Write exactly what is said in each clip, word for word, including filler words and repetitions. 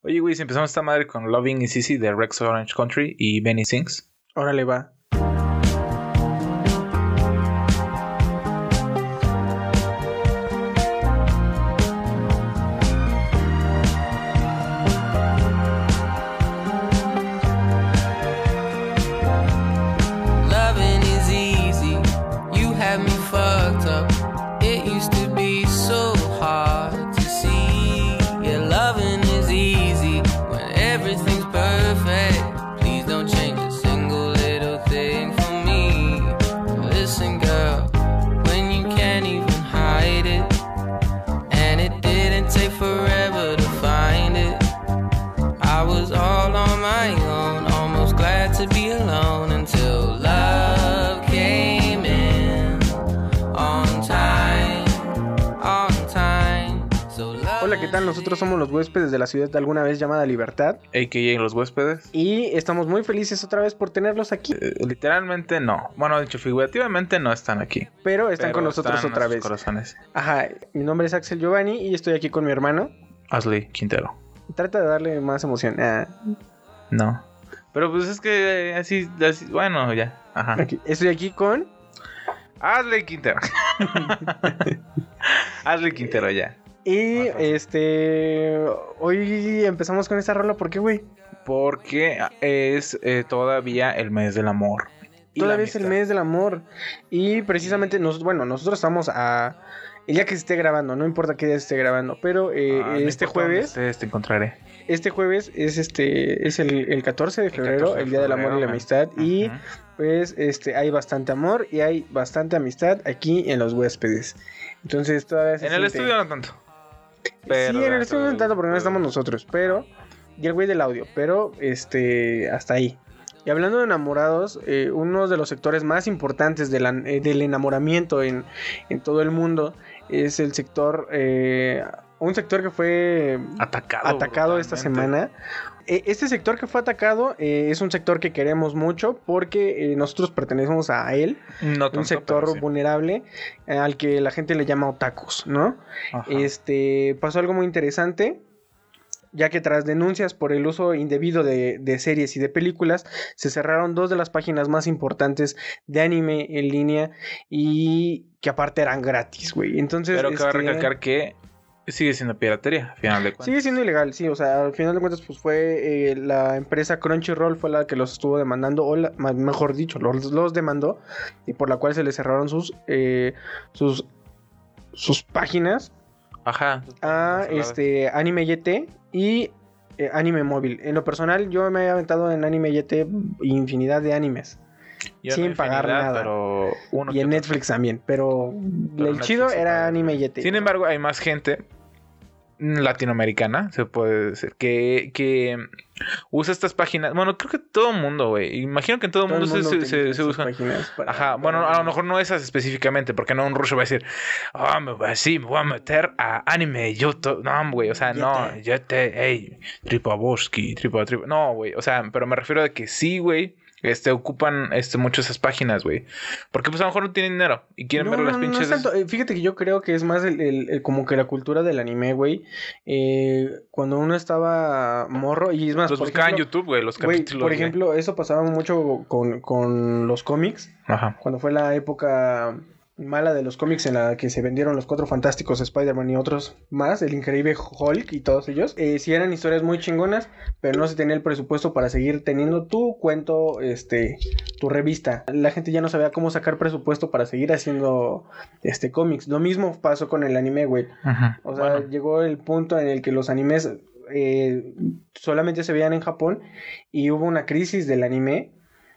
Oye, güey, si empezamos esta madre con Loving Is Easy de Rex Orange Country y Benny Sings. Órale, va. Nosotros somos los huéspedes de la ciudad alguna vez llamada Libertad, a k a los huéspedes. Y estamos muy felices otra vez por tenerlos aquí. Eh, literalmente no. Bueno, de hecho, figurativamente no están aquí. Pero están Pero con nosotros están otra vez. Corazones. Ajá, mi nombre es Axel Giovanni y estoy aquí con mi hermano Ashley Quintero. Trata de darle más emoción. Ah. No. Pero pues es que así, así bueno, ya. Ajá. Okay. Estoy aquí con Ashley Quintero. Ashley Quintero, ya. Y Ajá. este hoy empezamos con esta rola. ¿Por qué, güey? Porque es eh, todavía el mes del amor. Todavía es el mes del amor. Y precisamente, nos, bueno, nosotros estamos a... El día que se esté grabando, no importa qué día se esté grabando. Pero eh, ah, este jueves... Te, te encontraré. Este jueves es este es el, el catorce de febrero, el, catorce de el Día febrero, del Amor y la Amistad. Uh-huh. Y pues este hay bastante amor y hay bastante amistad aquí en Los Huéspedes. Entonces todavía se En siente... el estudio no tanto. Pero sí, en el estudio no tanto porque no estamos nosotros, pero... Y el güey del audio, pero este hasta ahí. Y hablando de enamorados, eh, uno de los sectores más importantes de la, eh, del enamoramiento en, en todo el mundo es el sector... Eh, un sector que fue atacado, atacado esta semana. Eh, este sector que fue atacado eh, es un sector que queremos mucho porque eh, nosotros pertenecemos a él. No tanto, un sector sí. vulnerable eh, al que la gente le llama otakus, ¿no? Ajá. Este pasó algo muy interesante, ya que tras denuncias por el uso indebido de, de series y de películas, se cerraron dos de las páginas más importantes de anime en línea y que aparte eran gratis, güey. Entonces, pero este... cabe recalcar que sigue siendo piratería, al final de cuentas. Sigue siendo ilegal, sí, o sea, al final de cuentas, pues fue eh, la empresa Crunchyroll fue la que los estuvo demandando, o la, mejor dicho, los, los demandó, y por la cual se les cerraron sus, eh, sus, sus páginas. Ajá. A este Anime Y T y eh, Anime Móvil. En lo personal, yo me he aventado en Anime Y T infinidad de animes. Yo sin no pagar nada. Pero uno y en Netflix otro. También. Pero, pero el Netflix chido era Anime Y T. Sin embargo, hay más gente latinoamericana, se puede decir, que, que usa estas páginas. Bueno, creo que todo el mundo, güey. Imagino que en todo el mundo, mundo se, se, se usa. Para, Ajá, bueno, a lo mejor no esas específicamente, porque no un ruso va a decir, ah, oh, me voy a decir, me voy a meter a anime, YouTube. No, güey, o sea, no, ya te, hey, Tripaboski, tripa, tripa. No, güey, o sea, pero me refiero a que sí, güey. Este, ocupan este, mucho esas páginas, güey. Porque pues a lo mejor no tienen dinero y quieren no, ver las no, pinches... No es tanto. Fíjate que yo creo que es más el, el, el como que la cultura del anime, güey. Eh, cuando uno estaba morro y es más... Los buscaba en YouTube, güey, los wey, capítulos. Por ejemplo, wey. Eso pasaba mucho con, con los cómics. Ajá. Cuando fue la época mala de los cómics en la que se vendieron los Cuatro Fantásticos, Spider-Man y otros más, el increíble Hulk y todos ellos, eh, sí eran historias muy chingonas, pero no se tenía el presupuesto para seguir teniendo tu cuento, este, tu revista. La gente ya no sabía cómo sacar presupuesto para seguir haciendo este cómics. Lo mismo pasó con el anime, güey. Ajá. O sea, bueno. Llegó el punto en el que los animes eh, solamente se veían en Japón y hubo una crisis del anime.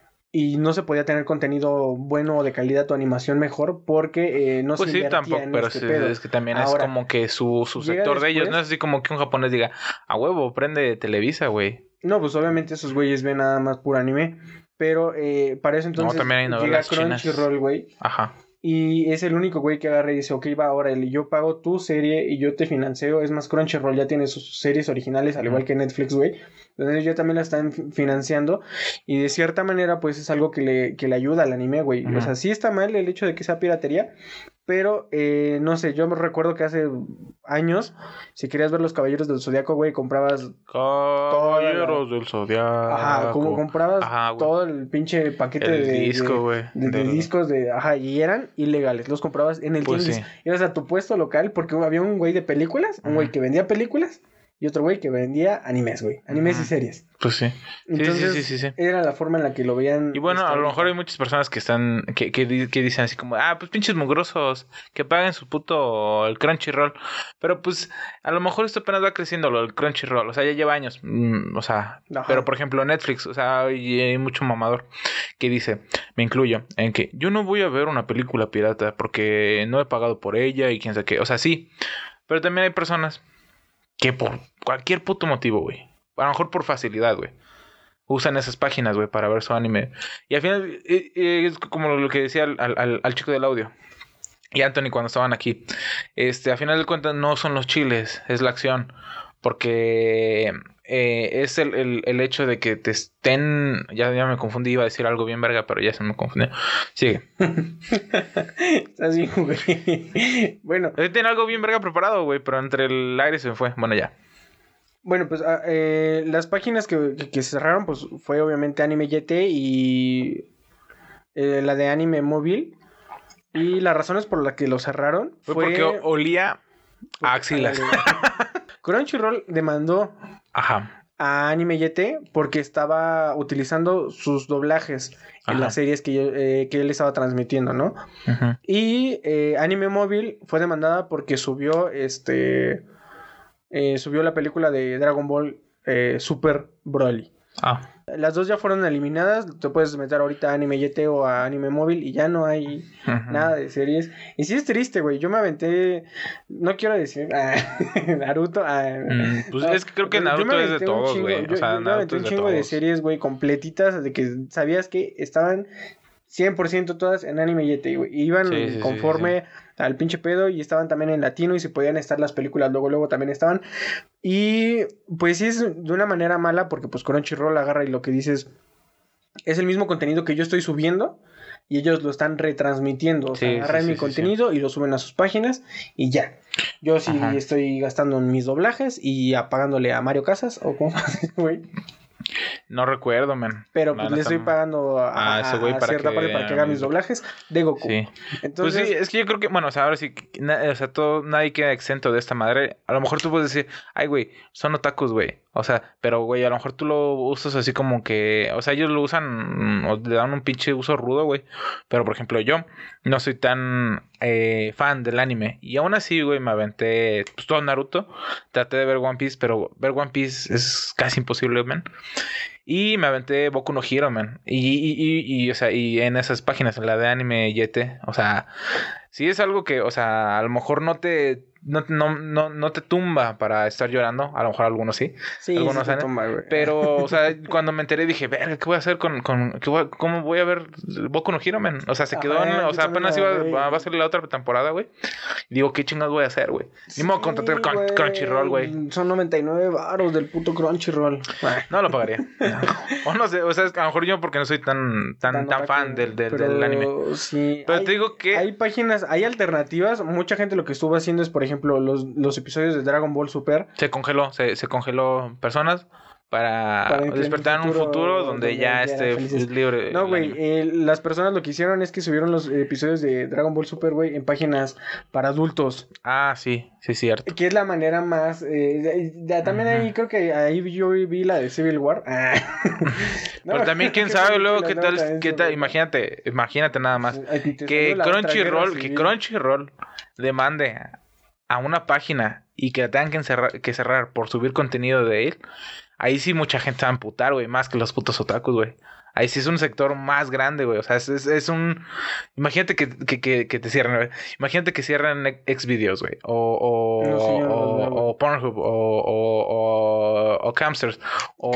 Y no se podía tener contenido bueno o de calidad o animación mejor porque eh, no pues se invertía sí, tampoco, en pero este sí, pedo. Es que también Ahora, es como que su, su sector después, de ellos. No es así como que un japonés diga, a huevo, prende Televisa, güey. No, pues obviamente esos güeyes ven nada más puro anime. Pero eh, para eso entonces no, también hay llega Crunchyroll, güey. Ajá. Y es el único güey que agarra y dice, ok, va, ahora yo pago tu serie y yo te financio. Es más, Crunchyroll ya tiene sus series originales, al igual que Netflix, güey. Entonces ellos ya también la están financiando. Y de cierta manera, pues es algo que le, que le ayuda al anime, güey. Uh-huh. O sea, sí está mal el hecho de que sea piratería, Pero, eh, no sé, yo me recuerdo que hace años, si querías ver los Caballeros del Zodiaco, güey, comprabas... Caballeros la... del Zodiaco. Ajá, como comprabas ajá, todo el pinche paquete el de... disco, güey. De, de, de discos de... Ajá, y eran ilegales. Los comprabas en el pues tianguis. Sí. Ibas a tu puesto local porque había un güey de películas, un güey uh-huh. que vendía películas... Y otro güey que vendía animes, güey. Animes uh-huh. y series. Pues sí. Entonces, sí, sí, sí, sí, sí. Era la forma en la que lo veían. Y bueno, a lo mejor hay muchas personas que están... Que, que, que dicen así como... Ah, pues pinches mugrosos. Que paguen su puto... El Crunchyroll. Pero pues... A lo mejor esto apenas va creciendo, lo del Crunchyroll. O sea, ya lleva años. Mm, o sea... Ajá. Pero, por ejemplo, Netflix. O sea, hay, hay mucho mamador que dice... Me incluyo. En que... Yo no voy a ver una película pirata porque no he pagado por ella y quién sabe qué. O sea, sí. Pero también hay personas... Que por cualquier puto motivo, güey. A lo mejor por facilidad, güey. Usan esas páginas, güey, para ver su anime. Y al final, eh, eh, es como lo que decía al, al, al chico del audio. Y Anthony cuando estaban aquí. Este, al final de cuentas, no son los chiles, es la acción. Porque eh, es el, el, el hecho de que te estén... Ya, ya me confundí, iba a decir algo bien verga, pero ya se me confundió. Sigue. Estás bien, güey. Bueno. Tiene algo bien verga preparado, güey, pero entre el aire se me fue. Bueno, ya. Bueno, pues eh, las páginas que, que, que cerraron, pues fue obviamente Anime Y T y eh, la de Anime Móvil. Y las razones por las que lo cerraron fue... Fue porque olía a axilas. Crunchyroll demandó Ajá. a Anime Y T porque estaba utilizando sus doblajes Ajá. en las series que, yo, eh, que él estaba transmitiendo, ¿no? Ajá. Y eh, Anime Móvil fue demandada porque subió este eh, subió la película de Dragon Ball eh, Super Broly. Ah. Las dos ya fueron eliminadas. Te puedes meter ahorita a Anime Y T o a Anime Móvil y ya no hay uh-huh. nada de series. Y sí es triste, güey. Yo me aventé... No quiero decir... Ah, Naruto... Ah, mm, pues no, es que creo que Naruto es de todos, güey. Yo, o sea, yo me aventé un chingo de, de series, güey, completitas. De que sabías que estaban cien por ciento todas en Anime Y T, güey. Iban sí, sí, conforme... Sí, sí. al pinche pedo y estaban también en latino y si podían estar las películas luego luego también estaban y pues sí es de una manera mala porque pues Crunchyroll agarra y lo que dices es el mismo contenido que yo estoy subiendo y ellos lo están retransmitiendo, o sea, sí, agarran sí, mi sí, contenido sí. y lo suben a sus páginas y ya. Yo sí Ajá. estoy gastando en mis doblajes y apagándole a Mario Casas o cómo güey. No recuerdo, man. Pero pues no, le estoy pagando a, a, a ese güey para cierta que... parte para que haga mis doblajes de Goku. Sí. Entonces... Pues sí, es que yo creo que, bueno, o sea, ahora sí, na, o sea, todo, nadie queda exento de esta madre. A lo mejor tú puedes decir, ay, güey, son otakus, güey. O sea, pero, güey, a lo mejor tú lo usas así como que... O sea, ellos lo usan o le dan un pinche uso rudo, güey. Pero, por ejemplo, yo no soy tan eh, fan del anime. Y aún así, güey, me aventé pues, todo Naruto. Traté de ver One Piece, pero ver One Piece es casi imposible, man. Y me aventé Boku no Hero, man. Y, y, y, y, o sea, y en esas páginas, en la de Anime Y T, o sea, sí es algo que, o sea, a lo mejor no te... No, no, no, no te tumba para estar llorando. A lo mejor algunos sí. Sí, algunos sí te tumba, güey. Pero, o sea, cuando me enteré dije, verga, ¿qué voy a hacer con... con qué voy a, ¿Cómo voy a ver Boku no Hero, man? O sea, se quedó... Ajá, en, o sea, apenas iba, va, va a salir la otra temporada, güey. Y digo, ¿qué chingados voy a hacer, güey? Sí, Ni modo contratar con güey. Crunchyroll, güey. Son noventa y nueve varos del puto Crunchyroll. No lo pagaría. No. O no sé, o sea, a lo mejor yo porque no soy tan tan, tan, tan fan del, del, pero, del anime. Sí, pero hay, te digo que... Hay páginas, hay alternativas. Mucha gente lo que estuvo haciendo es, por ejemplo, los, los episodios de Dragon Ball Super. Se congeló, se, se congeló personas para, para despertar en un futuro, futuro donde, donde ya esté libre. No, güey, eh, las personas lo que hicieron es que subieron los episodios de Dragon Ball Super, güey, en páginas para adultos. Ah, sí, sí, cierto. Que es la manera más... Eh, de, de, también uh-huh. ahí creo que ahí yo vi la de Civil War. Ah. No, pero también quién sabe luego qué tal, qué tal, imagínate, imagínate nada más. Que Crunchyroll, que Crunchyroll demande a una página y que la tengan que, encerrar, que cerrar por subir contenido de él, ahí sí mucha gente se va a amputar, güey, más que los putos otakus, güey. Ahí sí es un sector más grande, güey. O sea, es, es, es un... Imagínate que, que, que, que te cierren, güey. Imagínate que cierran Xvideos, güey. O, o, no, señor, o, no, no. o Pornhub. O, o, o, o Camsters. O...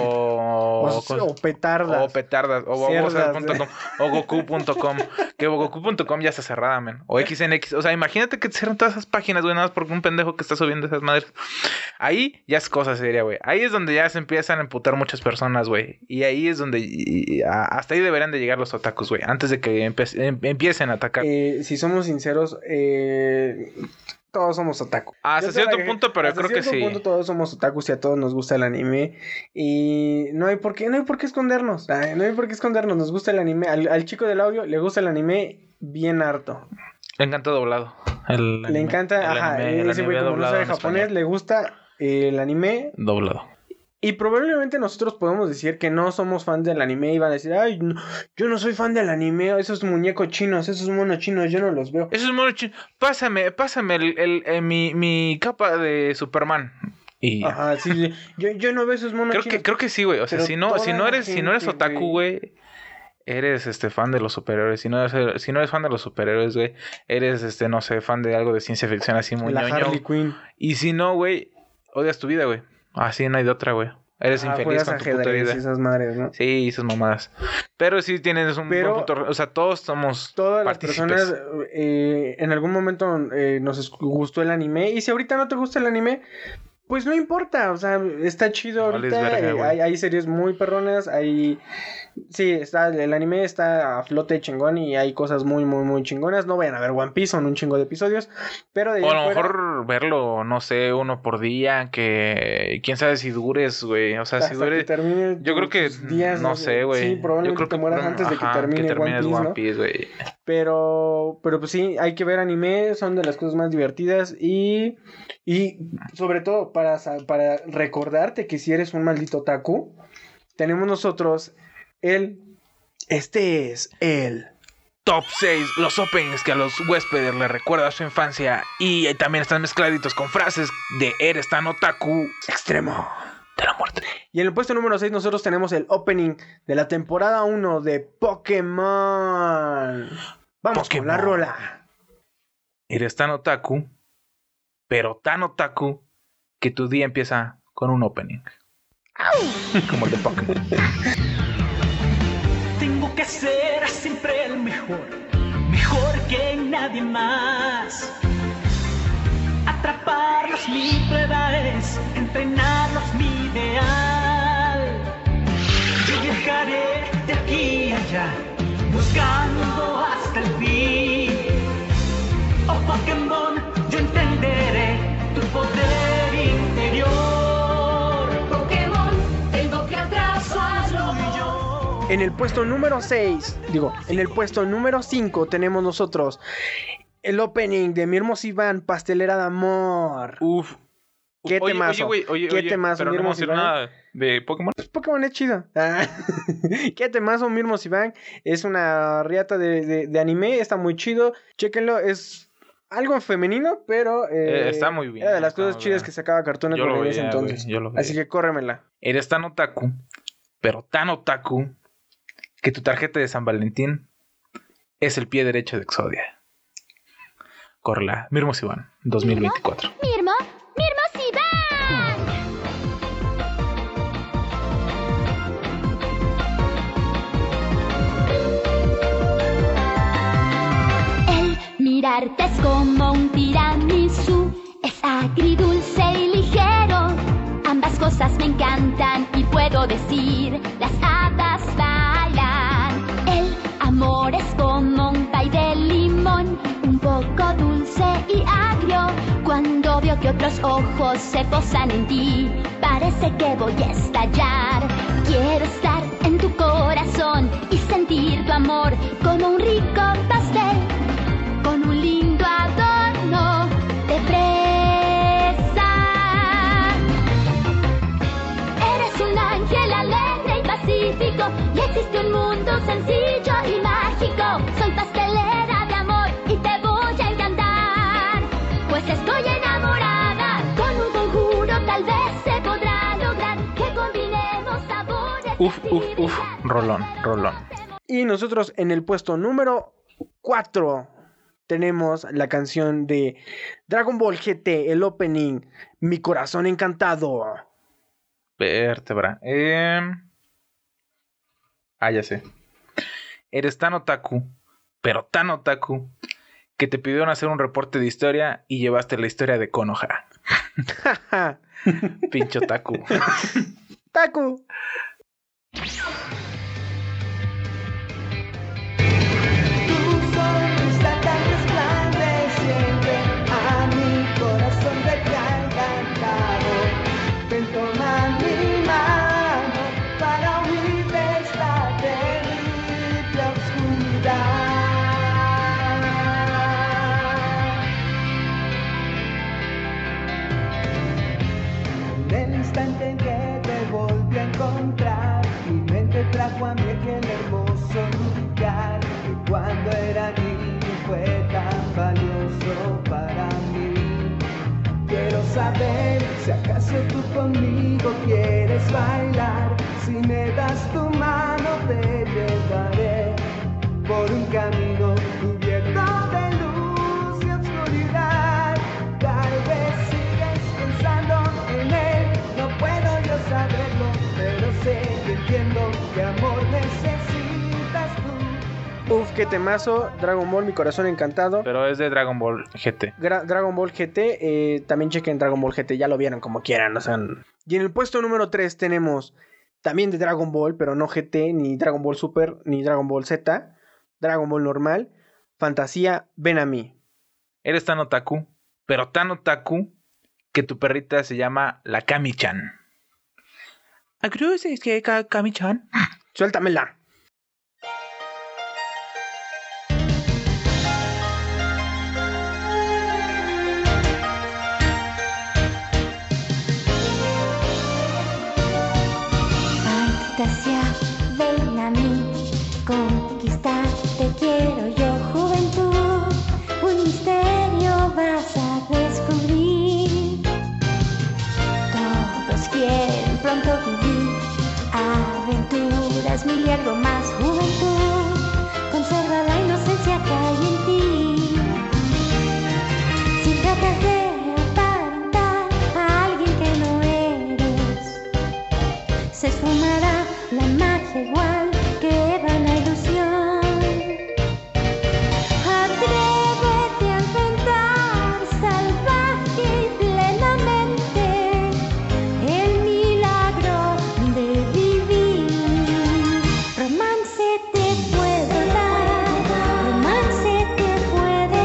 o, o petardas. O petardas. O Cierdas, punto com. O Goku punto com. Que Goku punto com ya está cerrada, man. O X N X. O sea, imagínate que te cierran todas esas páginas, güey. Nada más porque un pendejo que está subiendo esas madres. Ahí ya es cosa seria, güey. Ahí es donde ya se empiezan a emputar muchas personas, güey. Y ahí es donde... y, y a, hasta ahí deberían de llegar los otakus, güey. Antes de que empe- em, empiecen a atacar. Eh, si somos sinceros, eh, todos somos otaku. Hasta Yo cierto creo que- punto, pero yo hasta creo que cierto sí. punto todos somos otakus y a todos nos gusta el anime. Y no hay por qué, no hay por qué escondernos. Ay, no hay por qué escondernos. Nos gusta el anime. Al, al chico del audio le gusta el anime bien harto. Le encanta doblado. El Le anime. encanta, El ajá. anime- el Ese anime güey, como no doblado sabe en japonés, español. le gusta el anime. Doblado. Y probablemente nosotros podemos decir que no somos fans del anime y van a decir, ay, no, yo no soy fan del anime, esos muñecos chinos, esos monos chinos, yo no los veo. Eso es muy chido. Pásame, pásame el, el, el- mi, mi capa de Superman. Y Ajá, sí, yo, yo no veo esos monos creo chinos. que, creo que sí, güey. O sea, Pero si no, si toda no la eres, si no eres gente, otaku, güey, eres este fan de los superhéroes. Si no eres, si no eres fan de los superhéroes, güey, eres este, no sé, fan de algo de ciencia ficción así muy La ñoño. Harley Quinn. Y si no, güey, odias tu vida, güey. Así no hay de otra, güey. Eres Ah, infeliz juegas con tu puta ajedrez y vida. esas madres, ¿no? Sí, esas mamadas. Pero sí tienes un Pero- buen punto. O sea, todos somos Todas las partícipes. personas eh, en algún momento eh, nos es- gustó el anime. Y si ahorita no te gusta el anime, pues no importa. O sea, está chido Vales ahorita. verga, eh, güey. hay, hay series muy perronas. Hay. Sí, está, el anime está a flote chingón y hay cosas muy, muy, muy chingonas. No vayan a ver One Piece, son un chingo de episodios. Pero de ahí O a lo en fuera, mejor verlo, no sé, uno por día, que quién sabe si dures, güey. O sea, si hasta dure. que termine Yo creo tus que días, no sé, güey. Sí, probablemente Yo creo te que mueras por- antes de que ajá, termine termines One Piece, ¿no? güey. Pero, pero pues sí, hay que ver anime, son de las cosas más divertidas y, y sobre todo para, sa- para recordarte que si eres un maldito otaku, tenemos nosotros el, este es el, Top seis, los openings que a los huéspedes les recuerda a su infancia. Y también están mezcladitos con frases de eres tan otaku extremo. de la muerte. Y en el puesto número seis nosotros tenemos el opening de la temporada uno de Pokémon. Vamos con la Pokémon. rola. Eres tan otaku, pero tan otaku, que tu día empieza con un opening. Como el de Pokémon. Tengo que ser siempre el mejor, mejor que nadie más. Atraparlos mi prueba es, entrenarlos mi ideal. Yo viajaré de aquí a allá, buscando hasta el fin. Oh Pokémon, yo entenderé tu poder interior. Pokémon, tengo que atraparlo yo. En el puesto número seis, digo, en el puesto número cinco tenemos nosotros el opening de Mi Hermoso Iván, Pastelera de Amor. Uf. ¿Qué Oye, temazo? Oye, güey, oye, ¿Qué oye, temazo, pero mi no vamos a hermoso decir Iván? nada de Pokémon. Pues Pokémon es chido. Ah. ¿Qué temazo, Mi Hermoso Iván? Es una riata de, de, de anime, está muy chido. Chéquenlo, es algo femenino, pero eh, Eh, está muy bien, era de las está cosas muy chidas bien. que sacaba Cartoon Yo Network lo en ese veía, entonces. güey, yo lo veía. Así que córremela. Eres tan otaku, pero tan otaku, que tu tarjeta de San Valentín es el pie derecho de Exodia. Córrela, Mi Hermoso Iván, dos mil veinticuatro. Mirmo, Mirmo Iván. El mirarte es como un tiramisú, es agridulce y ligero. Ambas cosas me encantan y puedo decir, las hadas bailan. El amor es como un pay de limón, un poco dulce y agrio. Cuando veo que otros ojos se posan en ti, parece que voy a estallar. Quiero estar en tu corazón y sentir tu amor como un rico pastel, con un lindo adorno de fresa. Eres un ángel alegre y pacífico, y existe un mundo sencillo y mágico. Soy pastelera de amor y te voy a encantar, pues estoy enamorada. Con un conjuro tal vez se podrá lograr que combinemos sabores. Uf, uf, uf, rolón, rolón. Y nosotros en el puesto número cuatro tenemos la canción de Dragon Ball G T, el opening, Mi Corazón Encantado. Vértebra. Eh... Ah, ya sé. Eres tan otaku, pero tan otaku, que te pidieron hacer un reporte de historia y llevaste la historia de Konoha. Pincho otaku. Taku. trajo a mí aquel hermoso lugar que cuando era niño fue tan valioso para mí. Quiero saber si acaso tú conmigo quieres bailar. Si me das tu mano te llevaré por un camino cubierto de luz y oscuridad. Tal vez sigues pensando en él, no puedo yo saberlo, pero sé que entiendo que amor necesitas tú. Uf, qué temazo, Dragon Ball, mi corazón encantado. Pero es de Dragon Ball G T. Gra- Dragon Ball G T, eh, también chequen Dragon Ball G T, ya lo vieron como quieran, o sea. Y en el puesto número tres tenemos también de Dragon Ball, pero no G T, ni Dragon Ball Super, ni Dragon Ball Z, Dragon Ball normal, Fantasía, ven a mí. Eres tan otaku, pero tan otaku, que tu perrita se llama la Kami-chan. ¿Cruz es que Kami-chan? Suéltamela. Fantasía, ven a mí, conquistarte quiero yo, juventud, un misterio vas a descubrir. Todos quieren pronto vivir aventuras, mil y algo más, juventud, conserva la inocencia que hay en ti. Si tratas de aparentar a alguien que no eres, se esfumará la magia igual que va la ilusión. Atrévete a enfrentar salvaje y plenamente el milagro de vivir. Romance te puedo dar, romance te puedo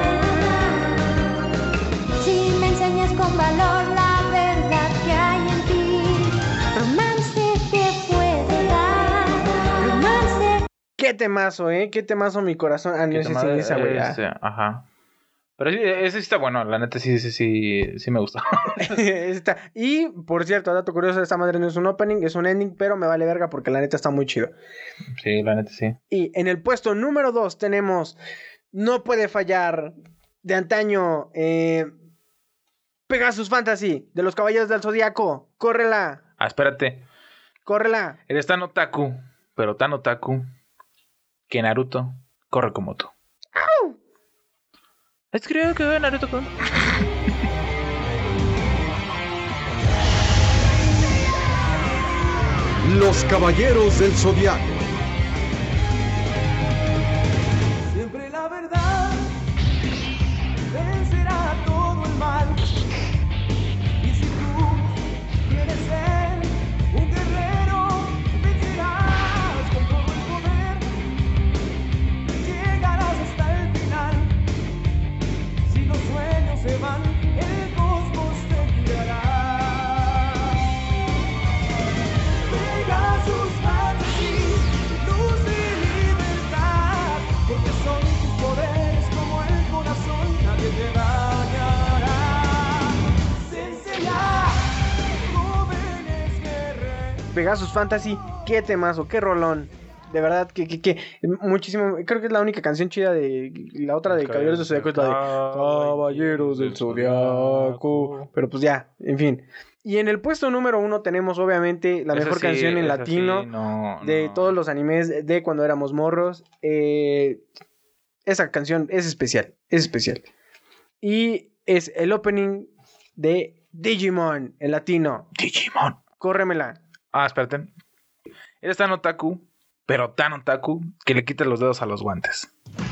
dar. Si me enseñas con valor la verdad que hay en ti, romance te puedo dar, romance. Qué temazo, eh, qué temazo mi corazón. Ah, no, ese sí, esa, güey. ah. Ese, ajá. Pero sí, ese sí está bueno, la neta sí, sí, sí, sí me gusta. Está. Y, por cierto, dato curioso, esta madre no es un opening, es un ending, pero me vale verga porque la neta está muy chido. Sí, la neta sí. Y en el puesto número dos tenemos No puede fallar, de antaño, eh, Pegasus Fantasy, de los Caballeros del Zodiaco. Córrela, Ah, espérate. córrela. Eres tan otaku, pero tan otaku, que Naruto corre como tú. ¡Au! Es creo que Naruto con... Los Caballeros del Zodiaco. Siempre la verdad vencerá todo el mal. Y si tú quieres ser un guerrero, vencerás con todo el poder. Llegarás hasta el final. Si los sueños se van, el cosmos te guiará. Pegasus Fantasy, luz y libertad, porque son tus poderes como el corazón, nadie te dañará. Sencilla, jóvenes guerreros. Pegasus Fantasy, qué temazo, qué rolón. De verdad, que, que, que muchísimo. Creo que es la única canción chida de. La otra de Caballeros del Zodiaco es la de Caballeros del Zodiaco. Pero pues ya, en fin. Y en el puesto número uno tenemos obviamente la Esa mejor sí, canción en esa latino sí, no, de no. todos los animes de cuando éramos morros. Eh, esa canción es especial, es especial. Y es el opening de Digimon en latino. Digimon. Córremela. Ah, espérate. Eres tan otaku, pero tan otaku, que le quitas los dedos a los guantes.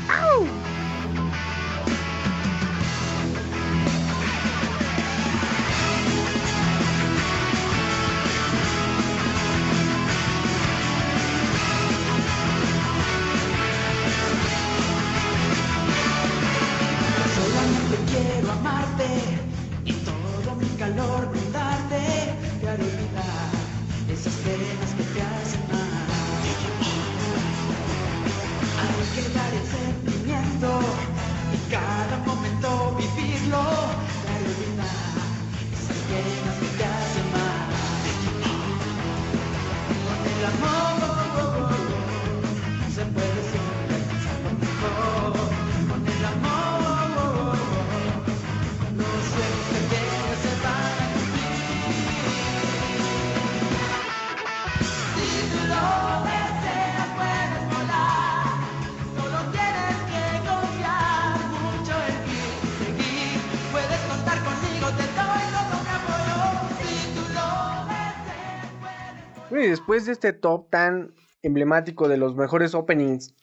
Solamente quiero amarte y todo mi calor brindarte. Te haré olvidar esas penas que te hacen mal. Hay que dar el sentimiento y cada momento vivirlo. Te haré olvidar esas penas que te hacen mal. Con el amor Y después de este top tan emblemático de los mejores openings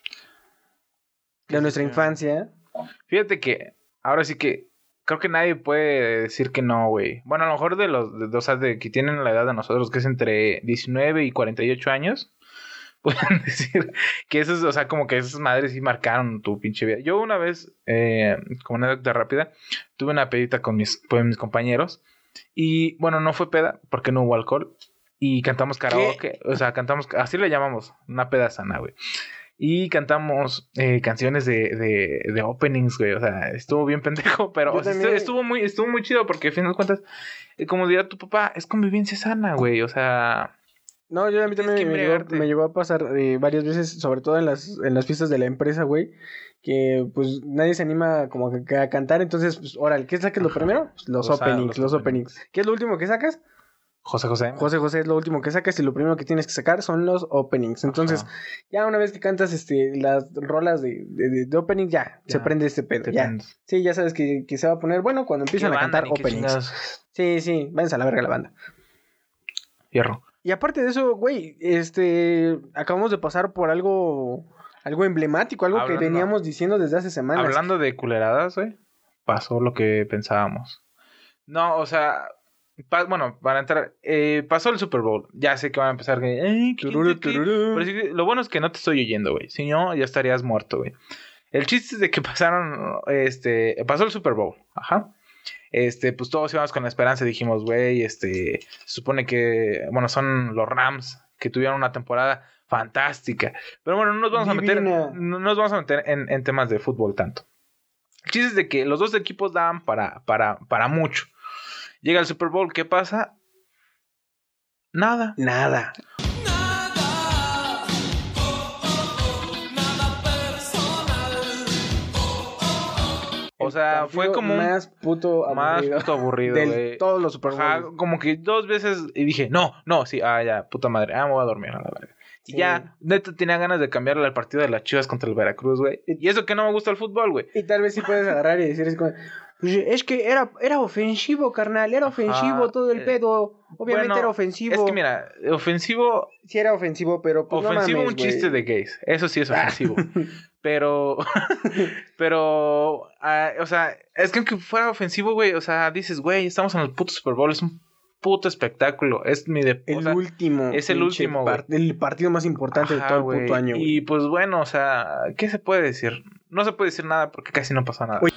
de nuestra infancia. Fíjate que ahora sí que creo que nadie puede decir que no, güey. Bueno, a lo mejor de los, de, o sea, de que tienen la edad de nosotros, que es entre diecinueve y cuarenta y ocho años, pueden decir que esos, o sea, como que esas madres sí marcaron tu pinche vida. Yo una vez, eh, como una anécdota rápida, tuve una pedita con mis, con mis compañeros y, bueno, no fue peda porque no hubo alcohol y cantamos karaoke. ¿Qué? O sea, cantamos, así le llamamos, una peda sana, güey. Y cantamos eh, canciones de, de, de openings, güey. O sea, estuvo bien pendejo, pero o sea, estuvo, estuvo muy estuvo muy chido porque, al final de cuentas, eh, como diría tu papá, es convivencia sana, güey. O sea... No, yo a mí también me llegó, me llegó a pasar eh, varias veces, sobre todo en las, en las fiestas de la empresa, güey, que pues nadie se anima como que, que a cantar. Entonces, pues, órale, ¿qué sacas lo primero? Pues, los, los openings, los, los openings. openings. ¿Qué es lo último que sacas? José José. José José es lo último que sacas y lo primero que tienes que sacar son los openings. Entonces, ajá, ya una vez que cantas este las rolas de, de, de opening, ya, ya se prende este pedo. Ya. Sí, ya sabes que, que se va a poner bueno cuando empiezan a cantar openings. Sí, sí, váyanse a la verga la banda. Fierro. Y aparte de eso, güey, este, acabamos de pasar por algo, algo emblemático, algo hablando, que veníamos diciendo desde hace semanas. Hablando de culeradas, güey, pasó lo que pensábamos. No, o sea... Pa- bueno, para entrar, eh, pasó el Super Bowl. Ya sé que van a empezar. Eh, tururu, tururu. Pero sí, lo bueno es que no te estoy oyendo, güey. Si no, ya estarías muerto, güey. El chiste es de que pasaron. Este. Pasó el Super Bowl. Ajá. Este, pues todos íbamos con la esperanza. Dijimos, güey, este. Se supone que. Bueno, son los Rams que tuvieron una temporada fantástica. Pero bueno, no nos vamos Divina. a meter. No nos vamos a meter en, en temas de fútbol tanto. El chiste es de que los dos equipos daban para, para, para mucho. Llega el Super Bowl, ¿qué pasa? Nada. Nada. Nada. Oh, oh, oh. Nada personal. Oh, oh, oh. O sea, fue como un... Más puto aburrido. Más puto aburrido, güey. Todos los Super Bowls. Como que dos veces y dije, no, no, sí, ah, ya, puta madre. Ah, me voy a dormir a la verga. Sí. Y ya, neta, tenía ganas de cambiarle al partido de las Chivas contra el Veracruz, güey. Y eso que no me gusta el fútbol, güey. Y tal vez sí puedes agarrar y decir, es como... Es que era, era ofensivo, carnal, era ofensivo. Ajá, todo el pedo. Obviamente bueno, era ofensivo. Es que mira, ofensivo... Sí era ofensivo, pero... Pues, ofensivo no mames, un chiste wey. de gays. Eso sí es ofensivo. pero... pero... Uh, o sea, es que aunque fuera ofensivo, güey, o sea, dices, güey, estamos en el puto Super Bowl, es un puto espectáculo. Es mi de... El o sea, último. Es el último, par- El partido más importante Ajá, de todo el wey. puto año. Wey. Y pues bueno, o sea, ¿qué se puede decir? No se puede decir nada porque casi no pasó nada. Uy.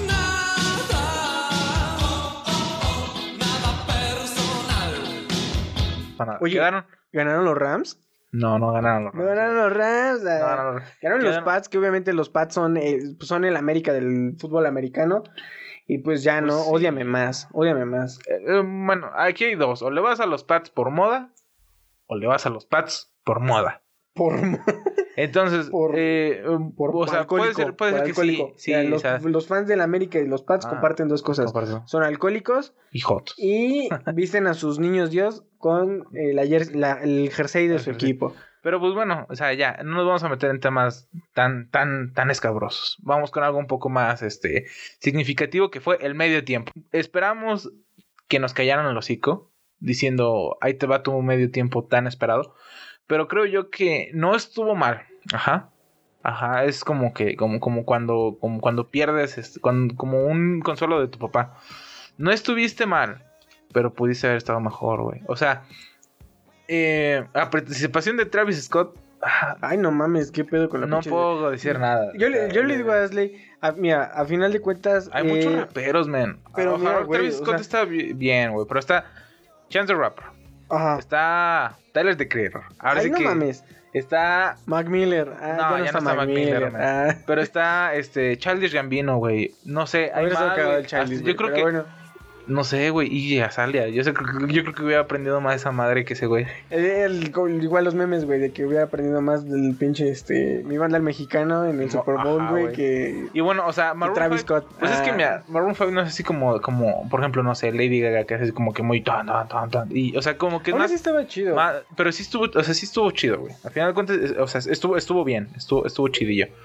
Nada. Oye, ¿Quedaron? ¿Ganaron los Rams? No, no ganaron los Rams. No ganaron los Rams. No ganaron los Rams. Ganaron los Pats, que obviamente los Pats son, eh, son el América del fútbol americano. Y pues ya pues no, sí. ódiame más, ódiame más. Eh, eh, bueno, aquí hay dos. O le vas a los Pats por moda, o le vas a los Pats por moda. Por moda. Entonces, por, eh, por, o sea, puede ser, puede ser que sí. sí o sea, los, o sea, los fans del América y los Pats ah, comparten dos cosas. Comparto. Son alcohólicos y hot. Y visten a sus niños Dios con eh, la, la, el jersey de el su jersey. equipo. Pero pues bueno, o sea, ya, no nos vamos a meter en temas tan, tan, tan escabrosos. Vamos con algo un poco más este significativo, que fue el medio tiempo. Esperamos que nos callaran el hocico, diciendo, ahí te va tu medio tiempo tan esperado. Pero creo yo que no estuvo mal. Ajá. Ajá. Es como que, como, como cuando, como cuando pierdes, este, cuando, como un consuelo de tu papá. No estuviste mal, pero pudiste haber estado mejor, güey. O sea, eh, la participación de Travis Scott. Ay, no mames, qué pedo con la No puedo de... decir nada. Yo le, yo le digo a Asley, a, mira, a final de cuentas. Hay eh, muchos raperos, man. Pero mira, Travis güey, Scott o sea... está bien, güey. Pero está Chance the Rapper. Ajá. Está Tyler the Creator. Ahora Ay, sí no que mames. Está Mac Miller. Ah, no, ya no ya está, no está Mac, Mac Miller. Miller Ah. Pero está este Childish Gambino, güey. No sé, hay más, el Childish, yo creo que bueno. No sé, güey, y Azalea. Yo, sé, yo creo que hubiera aprendido más esa madre que ese güey. El, el, igual los memes, güey, de que hubiera aprendido más del pinche, este... Mi banda el mexicano en el Super Bowl, güey, que... Y bueno, o sea, Maroon Travis five, Scott. Pues ah. es que, mira, Maroon five no es así como, como, por ejemplo, no sé, Lady Gaga, que es así como que muy... Tan, tan, tan, tan, y, o sea, como que... Ahora más, sí estaba chido. Más, pero sí estuvo, o sea, sí estuvo chido, güey. Al final de cuentas, o sea, estuvo, estuvo bien, estuvo, estuvo chidillo.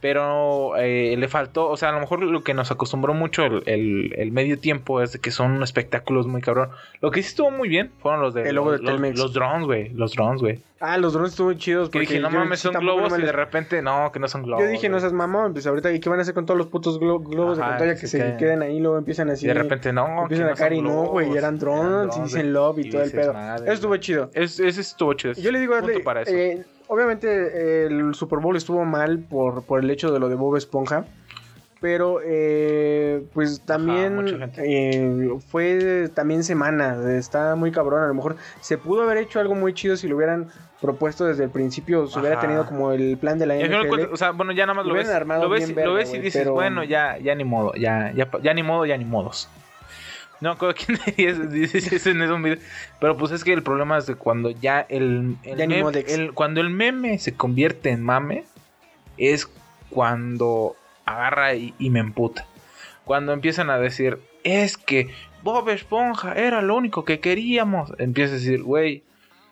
Pero eh, le faltó, o sea, a lo mejor lo que nos acostumbró mucho el, el, el medio tiempo es de que son espectáculos muy cabrón. Lo que sí estuvo muy bien fueron los de El logo de los, Telmex. los drones, güey. Los drones, güey. Ah, los drones estuvieron chidos. Que porque dije, no yo mames, sí son tampoco globos no me y de les- repente, no, que no son globos. Yo dije, no güey. seas mamón, pues ahorita, ¿y qué van a hacer con todos los putos glo- globos Ajá, de pantalla que que se se queden. queden ahí? Luego empiezan así. Y de repente, no, que empiezan no a caer son y no, globos, güey, eran drones, y drones, dicen güey. love y, Y todo el dices, pedo. madre, Eso estuvo güey. chido. Es, ese estuvo chido. Yo le digo, Punto Adley, para eso. eh, obviamente el Super Bowl estuvo mal por, por el hecho de lo de Bob Esponja. Pero, eh, pues también mucha gente. eh, fue también semana. Está muy cabrón. A lo mejor se pudo haber hecho algo muy chido si lo hubieran propuesto desde el principio. Si hubiera Ajá. tenido como el plan de la Y al final de N F L. cuentas, o sea, bueno, ya nada más Lo lo ves, hubieran armado lo ves, bien lo verga, ves y güey, dices, pero- bueno, ya, ya ni modo, ya, ya, ya ni modo, ya ni modos. No, creo que dices eso en un video. Pero pues es que el problema es de cuando ya el, el Ya ni meme, modex. el- cuando el meme se convierte en mame, es cuando agarra y, y me emputa. Cuando empiezan a decir, es que Bob Esponja era lo único que queríamos. Empiezas a decir, güey.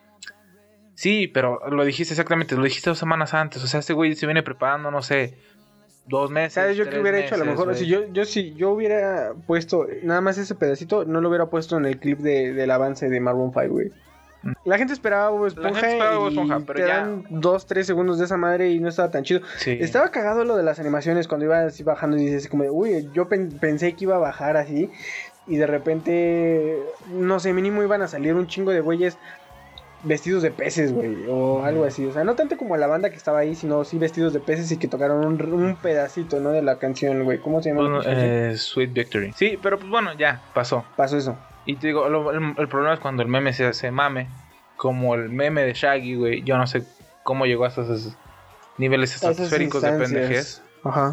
Sí, pero lo dijiste exactamente, lo dijiste dos semanas antes. O sea, este güey se viene preparando, no sé, dos meses. ¿Sabes yo qué tres hubiera hecho? A lo meses, mejor, güey. si yo, yo si yo hubiera puesto nada más ese pedacito, no lo hubiera puesto en el clip de, del avance de Maroon cinco, güey. La gente esperaba Bob Esponja, gente esperaba Bob y Esponja, pero te ya- dan dos, tres segundos de esa madre y no estaba tan chido. Sí. Estaba cagado lo de las animaciones cuando iba así bajando y dices como, de, uy, yo pen- pensé que iba a bajar así y de repente, no sé, mínimo iban a salir un chingo de güeyes vestidos de peces, güey, o algo así. O sea, no tanto como la banda que estaba ahí, sino sí vestidos de peces y que tocaron un, un pedacito, ¿no? De la canción, güey. ¿Cómo se llama? la Pues, canción? eh, Sweet Victory. Sí, pero pues bueno, ya, pasó. Pasó eso. Y te digo, lo- el, el problema es cuando el meme se hace mame. Como el meme de Shaggy, güey. Yo no sé cómo llegó a esos niveles Esas estratosféricos de instancias. pendejez. Ajá.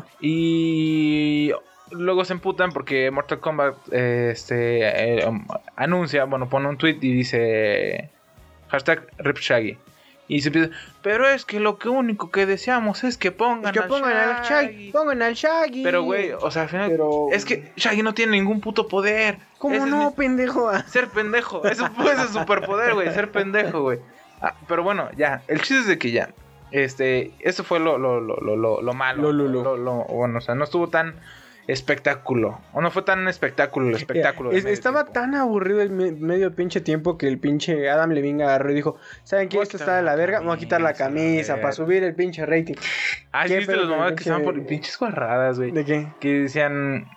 Y luego se emputan porque Mortal Kombat eh, este, eh, um, anuncia, bueno, pone un tweet y dice hashtag Rip Shaggy. Y se empieza, pero es que lo que único que deseamos es que pongan, Que al pongan al Shaggy. Pongan al Shaggy. Pero, güey, o sea, al final Pero- es que Shaggy no tiene ningún puto poder. ¿Cómo Ese es no, mi- pendejo? Ser pendejo. Eso puede ser superpoder, güey. Ser pendejo, güey. Ah, pero bueno, ya. El chiste es de que ya. Este. Eso fue lo, lo, lo, lo, lo, lo malo. Lo, lo, lo. Lo- lo- bueno, o sea, no estuvo tan espectáculo. O no fue tan espectáculo el espectáculo. del Es- medio estaba tiempo. tan aburrido el me- medio pinche tiempo que el pinche Adam Levine agarró y dijo, ¿saben qué? Voy a Esto quitar está de la la verga, vamos a quitar la camisa, camisa la para verga". subir el pinche rating. Ah, sí, ¿Qué viste pedo los con el mamadas que estaban por pinche- pinches guarradas, güey. ¿De qué? Que decían.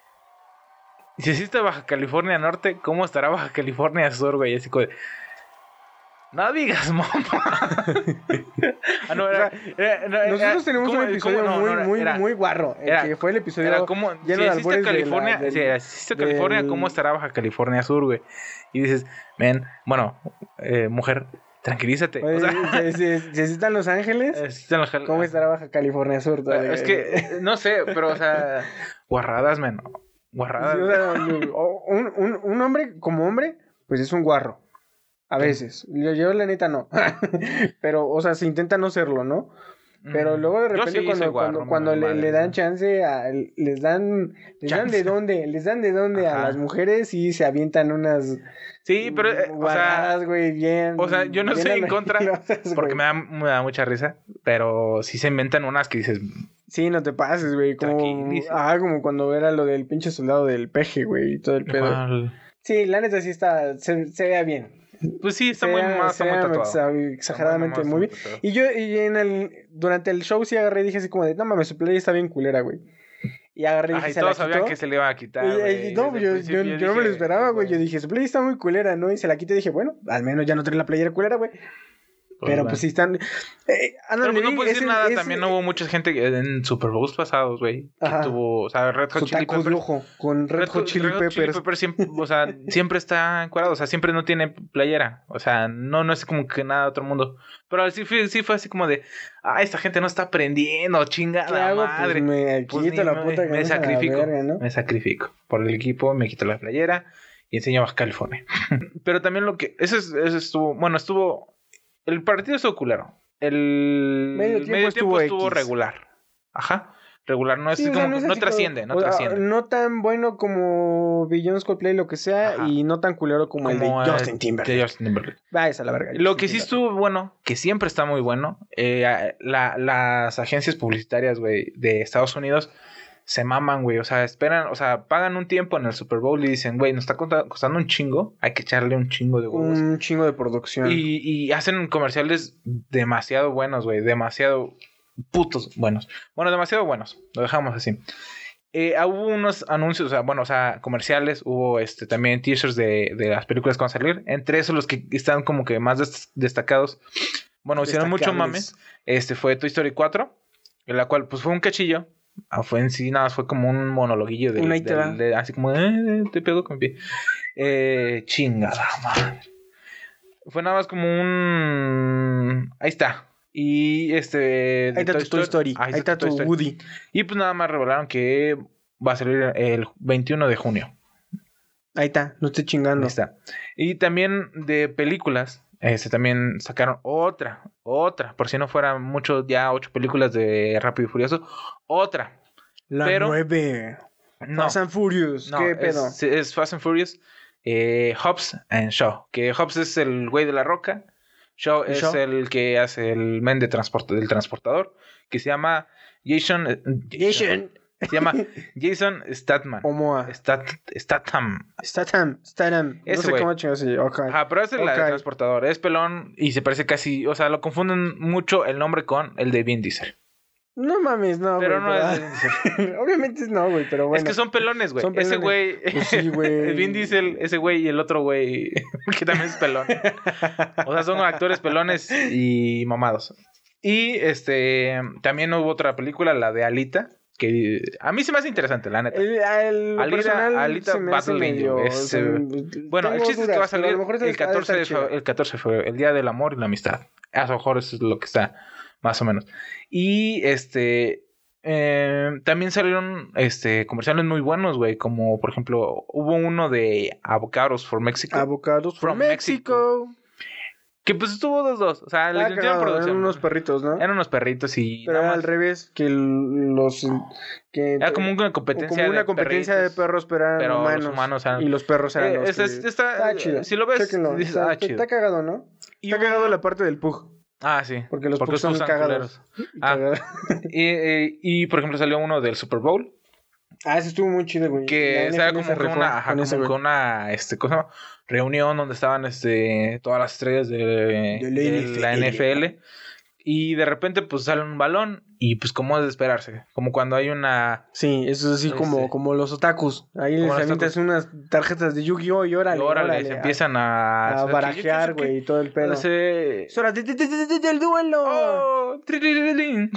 Si existe Baja California Norte, ¿cómo estará Baja California Sur, güey? Así como de, no digas, mamá. ah, no, era, era- no, era- Nosotros tenemos ¿cómo- un episodio cómo? No, muy, no, muy, era- muy guarro. El era- que fue el episodio Era como, lleno si de existe albures de la- California, del- si existe California, del- ¿cómo estará Baja California Sur, güey? Y dices, men, bueno, eh, mujer, tranquilízate. Oye, o sea, si, si- si está en Los Ángeles, existen los- ¿cómo estará Baja California Sur? todavía? Es que, eh, no sé, pero, o sea, guarradas, men, guarradas. Sí, o sea, o- un, un, un hombre como hombre, pues es un guarro. A veces. Yo, yo la neta no. Pero, o sea, se intenta no serlo, ¿no? Pero Mm. luego de Yo repente sí cuando, soy guarro, cuando, me cuando vale le, madre, le dan ¿no? chance, a, les dan les dan de Chance. dónde, les dan de dónde a Ajá. las mujeres y se avientan unas Sí, pero, eh, o sea, guarradas, güey, bien. o sea, yo no bien estoy en contra, anarquilosas, porque güey. me da, me da mucha risa, pero sí se inventan unas que dices, Sí, no te pases, güey. Como, Tranquilísimo. ah, como cuando era lo del pinche soldado del peje, güey, y todo el pedo. igual. Sí, la neta sí está, se, se vea bien. Pues sí, está Se muy vea- más, está se muy vea tatuado. exa- exageradamente Está muy bien. está tatuado. Y yo, y en el, durante el show sí agarré y dije así como de, no mames, su play está bien culera, güey. Y agarré y Ajá, dije, y ¿se la todos sabían quitó? que se le iba a quitar, Y- y- güey. no, Desde yo, el yo, principio yo no me lo dije, esperaba, güey. Yo güey, dije, su play está muy culera, ¿no? Y se la quité y dije, bueno, al menos ya no trae la playera culera, güey. Pero va. pues sí están... Eh, Adam Pero pues no Levine puedes es decir el- nada, es- también no hubo mucha gente que- en Super Bowls pasados, güey. Que Ajá. tuvo, o sea, Red Hot su Chili taco de Peppers. ojo con Red Hot Chili Peppers. siempre, o sea, siempre está encuadrado, o sea, siempre no tiene playera. O sea, no, no es como que nada de otro mundo. Pero sí fue, sí fue así como de, ah, esta gente no está aprendiendo, ¿Qué chingada hago? madre. Pues me Pues quito ni la me- puta me camisa a la sacrifico, verga, ¿no? me sacrifico. Por el equipo me quito la playera y enseño Baja California. Pero también lo que, eso, es- eso estuvo, bueno, estuvo, el partido estuvo culero. El Medio medio tiempo tiempo, estuvo estuvo X. regular. Ajá. regular. No es Sí, o como sea, que es no así trasciende, como- no o sea, trasciende. no tan bueno como Beyond Coldplay, lo que sea, Ajá. y no tan culero como, Como el de eh, Justin Timberlake. de Justin Timberlake. Váyase a la verga. Lo Justin que sí Timberlake. estuvo bueno, que siempre está muy bueno, eh, la- las agencias publicitarias, güey, de Estados Unidos se maman, güey. O sea, esperan, o sea, pagan un tiempo en el Super Bowl y dicen, güey, nos está conta- costando un chingo, hay que echarle un chingo de huevos. Un chingo de producción. Y, y hacen comerciales demasiado buenos, güey, demasiado putos buenos. Bueno, demasiado buenos, lo dejamos así. Eh, hubo unos anuncios, o sea, bueno, o sea, comerciales, hubo este también teasers de, de las películas que van a salir. Entre esos, los que están como que más des- destacados. Bueno, hicieron mucho mame. Destacables. Este fue Toy Story cuatro, en la cual pues fue un cachillo. Ah, fue en sí, nada más fue como un monologuillo del, Un ahí te del- va. de- así como, eh, te pego con mi pie. Eh, chingada madre. Fue nada más como un. Ahí está. Y este. de Ahí está tu Toy Story. Ahí está Toy tu Story. Woody. Y pues nada más revelaron que va a salir el veintiuno de junio. Ahí está, no estoy chingando. Ahí está. Y también de películas. Este también sacaron otra. Otra. Por si no fueran muchos, ya ocho películas de Rápido y Furioso. Otra. La Pero- nueve. No. Fast and Furious. No, ¿Qué es, pedo? es Fast and Furious. Eh, Hobbs and Shaw. Que Hobbs es el güey de la roca. Shaw ¿El es Shaw? el que hace el men de transporte, del transportador. Que se llama Jason. eh, Jason. Se llama Jason Statham. Omoa. Stat, Statham. Statham. Statham. No Ese sé güey. cómo chingados se llama. Ok. Ajá, pero es el Ok. transportador. Es pelón y se parece casi. O sea, lo confunden mucho el nombre con el de Vin Diesel. No mames, no, Pero güey, no pero- es Vin Diesel. Obviamente no, güey, pero bueno. Es que son pelones, güey. Son Ese pelones. güey. Pues sí, güey. El Vin Diesel, ese güey y el otro güey. Que también es pelón. O sea, son actores pelones y mamados. Y este. También hubo otra película, la de Alita. Que a mí se me hace interesante, la neta. El, el, lo Alita- personal Alita se me hace Battle medio, Angel, es, o sea, eh, Bueno, el tengo chiste es que va a dudas, pero salir lo mejor es- el ha de catorce, estar de chida. febrero, el catorce de febrero, el Día del Amor y la Amistad. A lo mejor eso es lo que está, más o menos. Y este. eh, también salieron este comerciales muy buenos, güey. Como por ejemplo, hubo uno de Avocados for Mexico. Avocados from, From Mexico. que pues estuvo dos, dos. O sea, Ah, les metieron cagado, eran producción. unos perritos, ¿no? Eran unos perritos y. Pero nada era más. al revés, que el- los... Que Era como una competencia como una de competencia perritos. de perros, pero eran pero los humanos. humanos eran- Y los perros eran Eh, los esta- que- esta- está- chido. si lo ves, Chéquenlo. dices, está, ah, chido. está cagado, ¿no? Y Está hubo- cagado la parte del pug. Ah, sí. Porque los pugs son usan cagados. culeros. Y Ah. cagados. Y, eh, y, por ejemplo, salió uno del Super Bowl. Ah, ese estuvo muy chido, güey. Que La sea N F L como se que rifó una, ajá, con ese, como que güey. una este, cosa, reunión donde estaban este, todas las estrellas de, De la de la N N F F L. L. Y de repente, pues sale un balón. Y pues, como es de esperarse. Como cuando hay una. Sí, eso es así como, Este- como los otakus. Ahí Como les los avientas unas tarjetas de Yu-Gi-Oh! Y órale, y órale, órale, se a- empiezan a. a, que barajear, yo pienso güey, y todo el que pedo. ese- Es hora de- de- de- de- de- del duelo. ¡Oh! Triririrín.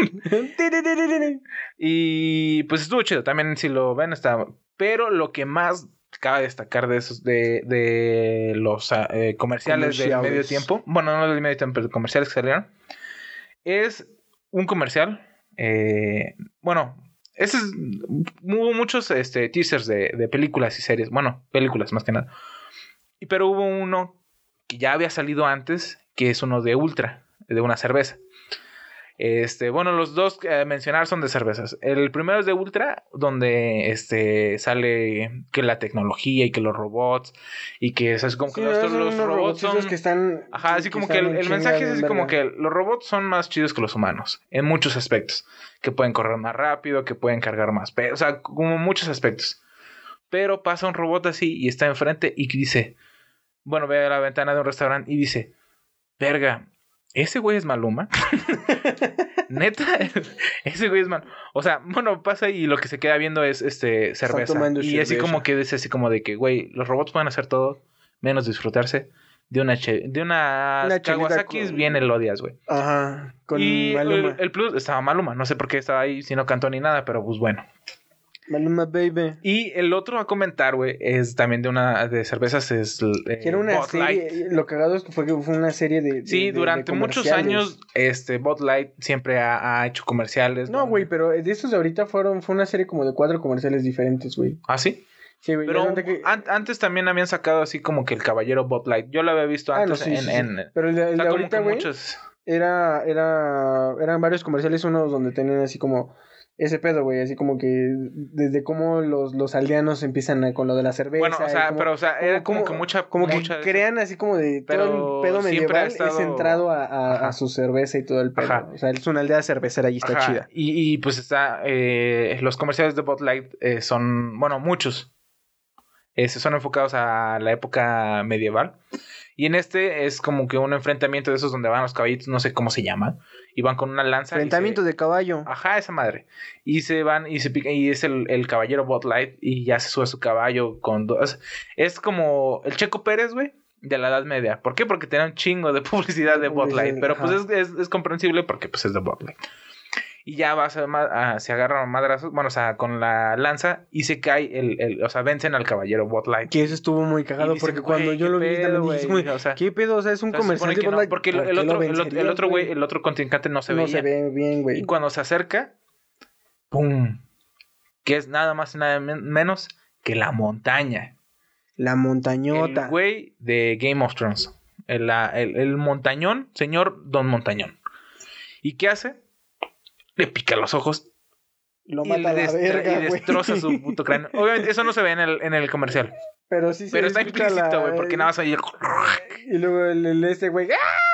Y pues estuvo chido. También si lo ven está. Pero lo que más cabe destacar de esos de, de los ah, eh, comerciales, del Comerciales. medio tiempo. Bueno, no del medio tiempo, pero comerciales que salieron. Es un comercial. eh, bueno, ese es, hubo muchos este, teasers de, de películas y series. Bueno, películas más que nada. Y, pero hubo uno que ya había salido antes, que es uno de Ultra, de una cerveza. Este, bueno, los dos que eh, mencionar son de cervezas. El primero es de Ultra, donde este sale que la tecnología y que los robots y que es así como que Sí, los, son los unos robots robotitos son que están... ajá, así como que están el, en el chinga, mensaje es bien así verga. como que los robots son más chidos que los humanos en muchos aspectos, que pueden correr más rápido, que pueden cargar más peso, o sea, como muchos aspectos. Pero pasa un robot así y está enfrente y dice, bueno, ve a la ventana de un restaurante y dice, verga, ese güey es Maluma. Neta, ese güey es Maluma. O sea, bueno, pasa y lo que se queda viendo es este cerveza. tomando Y así cerveza. como que dice así como de que, güey, los robots pueden hacer todo menos disfrutarse de una che- de una, Una chelita Kawasaki con- bien el odias, güey. Ajá, con Y Maluma. el, el plus estaba Maluma, no sé por qué estaba ahí si no cantó ni nada, pero pues bueno. Maluma Baby. Y el otro a comentar, güey, es también de una de cervezas es eh, Que era una Bud Light. serie... Lo cagado es que fue que fue una serie de... de- Sí, de- de durante muchos comerciales. años, este, Bud Light siempre ha, ha hecho comerciales. No, donde- güey, pero de estos de ahorita fueron... Fue una serie como de cuatro comerciales diferentes, güey. ¿Ah, sí? Sí, güey. Pero haz de cuenta que- an- antes también habían sacado así como que el caballero Bud Light. Yo lo había visto Ah, no, antes sí, en, sí, sí. en- Pero el de, el o sea, de como ahorita, que güey, muchos. era, era, eran varios comerciales, unos donde tenían así como ese pedo, güey, así como que desde cómo los, los aldeanos empiezan a- con lo de la cerveza. Bueno, o y sea, cómo- pero, o sea, era como que mucha- Como que mucha de crean así como de Pero todo el pedo siempre ha medieval estado- es centrado a, a, Ajá. a su cerveza y todo el pedo. Ajá. O sea, es una aldea cervecera y está Ajá, chida. Y, y, pues está. eh, los comerciales de Bud Light eh, son. Bueno, muchos. eh, se son enfocados a la época medieval. Y en este es como que un enfrentamiento de esos donde van los caballitos, no sé cómo se llama. Y van con una lanza. y Enfrentamiento se- de caballo. Ajá, esa madre. Y se van y se pican. Y es el, el caballero Bud Light. Y ya se sube a su caballo con dos. Es como el Checo Pérez, güey. De la Edad Media. ¿Por qué? Porque tenía un chingo de publicidad de Bud Light. Pero pues es, Ajá. es, es comprensible porque pues es de Bud Light. Y ya va, se, ma- a- se agarran a madrazos. Bueno, o sea, con la lanza. Y se cae el, el... O sea, vencen al caballero Bud Light. Que eso estuvo muy cagado Y dicen, porque cuando güey, yo ¿qué lo vi pedo, también güey? dije, güey, O sea, ¿qué pedo? O sea, es un O sea, se comercial supone de que Bud no, Light. porque el, ¿Por el qué lo otro, el, otro- el vencerías, otro güey, el otro contrincante no se no veía. se ve bien, güey. Y cuando se acerca, ¡pum! Que es nada más y nada men- menos que la montaña. La montañota. El güey de Game of Thrones. El, la- el- el montañón, señor Don Montañón. ¿Y qué hace? Le pica los ojos Lo y, mata a le la destra- verga, y güey. destroza su puto cráneo. Obviamente, eso no se ve en el, en el comercial. Pero sí se Pero está escucha implícito, la- güey, porque nada más oye. Y luego el, el este güey.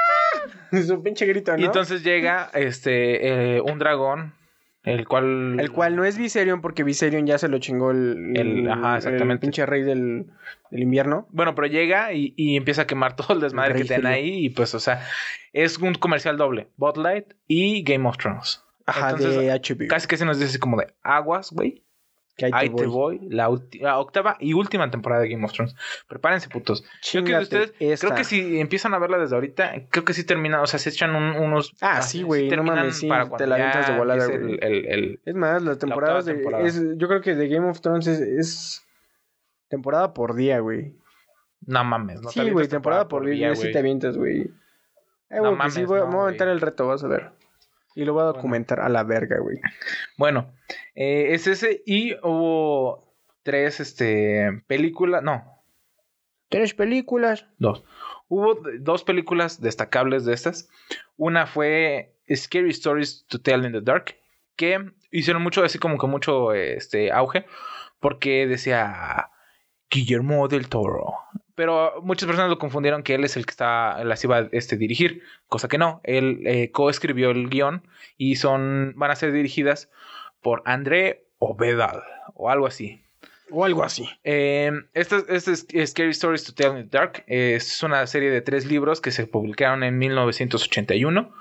¡Ah! Su pinche grito, ¿no? Y entonces llega este eh, un dragón, el cual. El cual no es Viserion porque Viserion ya se lo chingó el, El- ajá, exactamente. el pinche rey del, del invierno. Bueno, pero llega y, y empieza a quemar todo el desmadre El que rey tienen frío. ahí. Y pues, o sea, es un comercial doble: Bud Light y Game of Thrones. Ajá, Entonces, de H B O. Casi que se nos dice así como de aguas, güey. Que ahí, Ahí te voy. La, ulti- la octava y última temporada de Game of Thrones. Prepárense, putos. Creo que Chíngate ustedes, esta. creo que si empiezan a verla desde ahorita, creo que sí terminan, o sea, se echan un- unos. Ah, sí, güey, no terminan mames, sí, para te cuando la ya avientas de volada, empiece güey. el, el, el- Es más, las temporadas de... temporada. es- yo creo que de Game of Thrones es, es temporada por día, güey. No mames, no te Sí, avientas güey, temporada por día, sí güey. te avientas, güey. Eh, No güey, que mames, sí, voy, a- no, me voy a aventar güey. el reto, vas a ver. Y lo voy a documentar a la verga, güey. Bueno, eh, es ese y hubo tres este, películas, no, Tres películas. dos. Hubo d- dos películas destacables de estas. Una fue Scary Stories to Tell in the Dark, que hicieron mucho, así como que mucho este, auge, porque decía Guillermo del Toro. Pero muchas personas lo confundieron que él es el que está, las iba a este, dirigir, cosa que no. Él eh, coescribió el guión y son, van a ser dirigidas por André Ovedal o algo así. O algo así. Eh, esta, esta es Scary Stories to Tell in the Dark. Eh, es una serie de tres libros que se publicaron en mil novecientos ochenta y uno.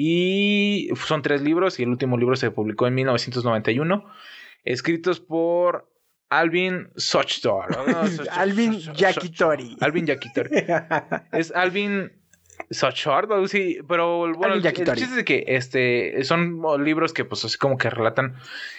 Y son tres libros y el último libro se publicó en mil novecientos noventa y uno. Escritos por Alvin Sochtor. Alvin Yakitori. Alvin Yakitori. Es Alvin Sochtor, ¿no? Sí, pero bueno, Alvin el, el Yakitori. chiste es de que este, son libros que pues así como que relatan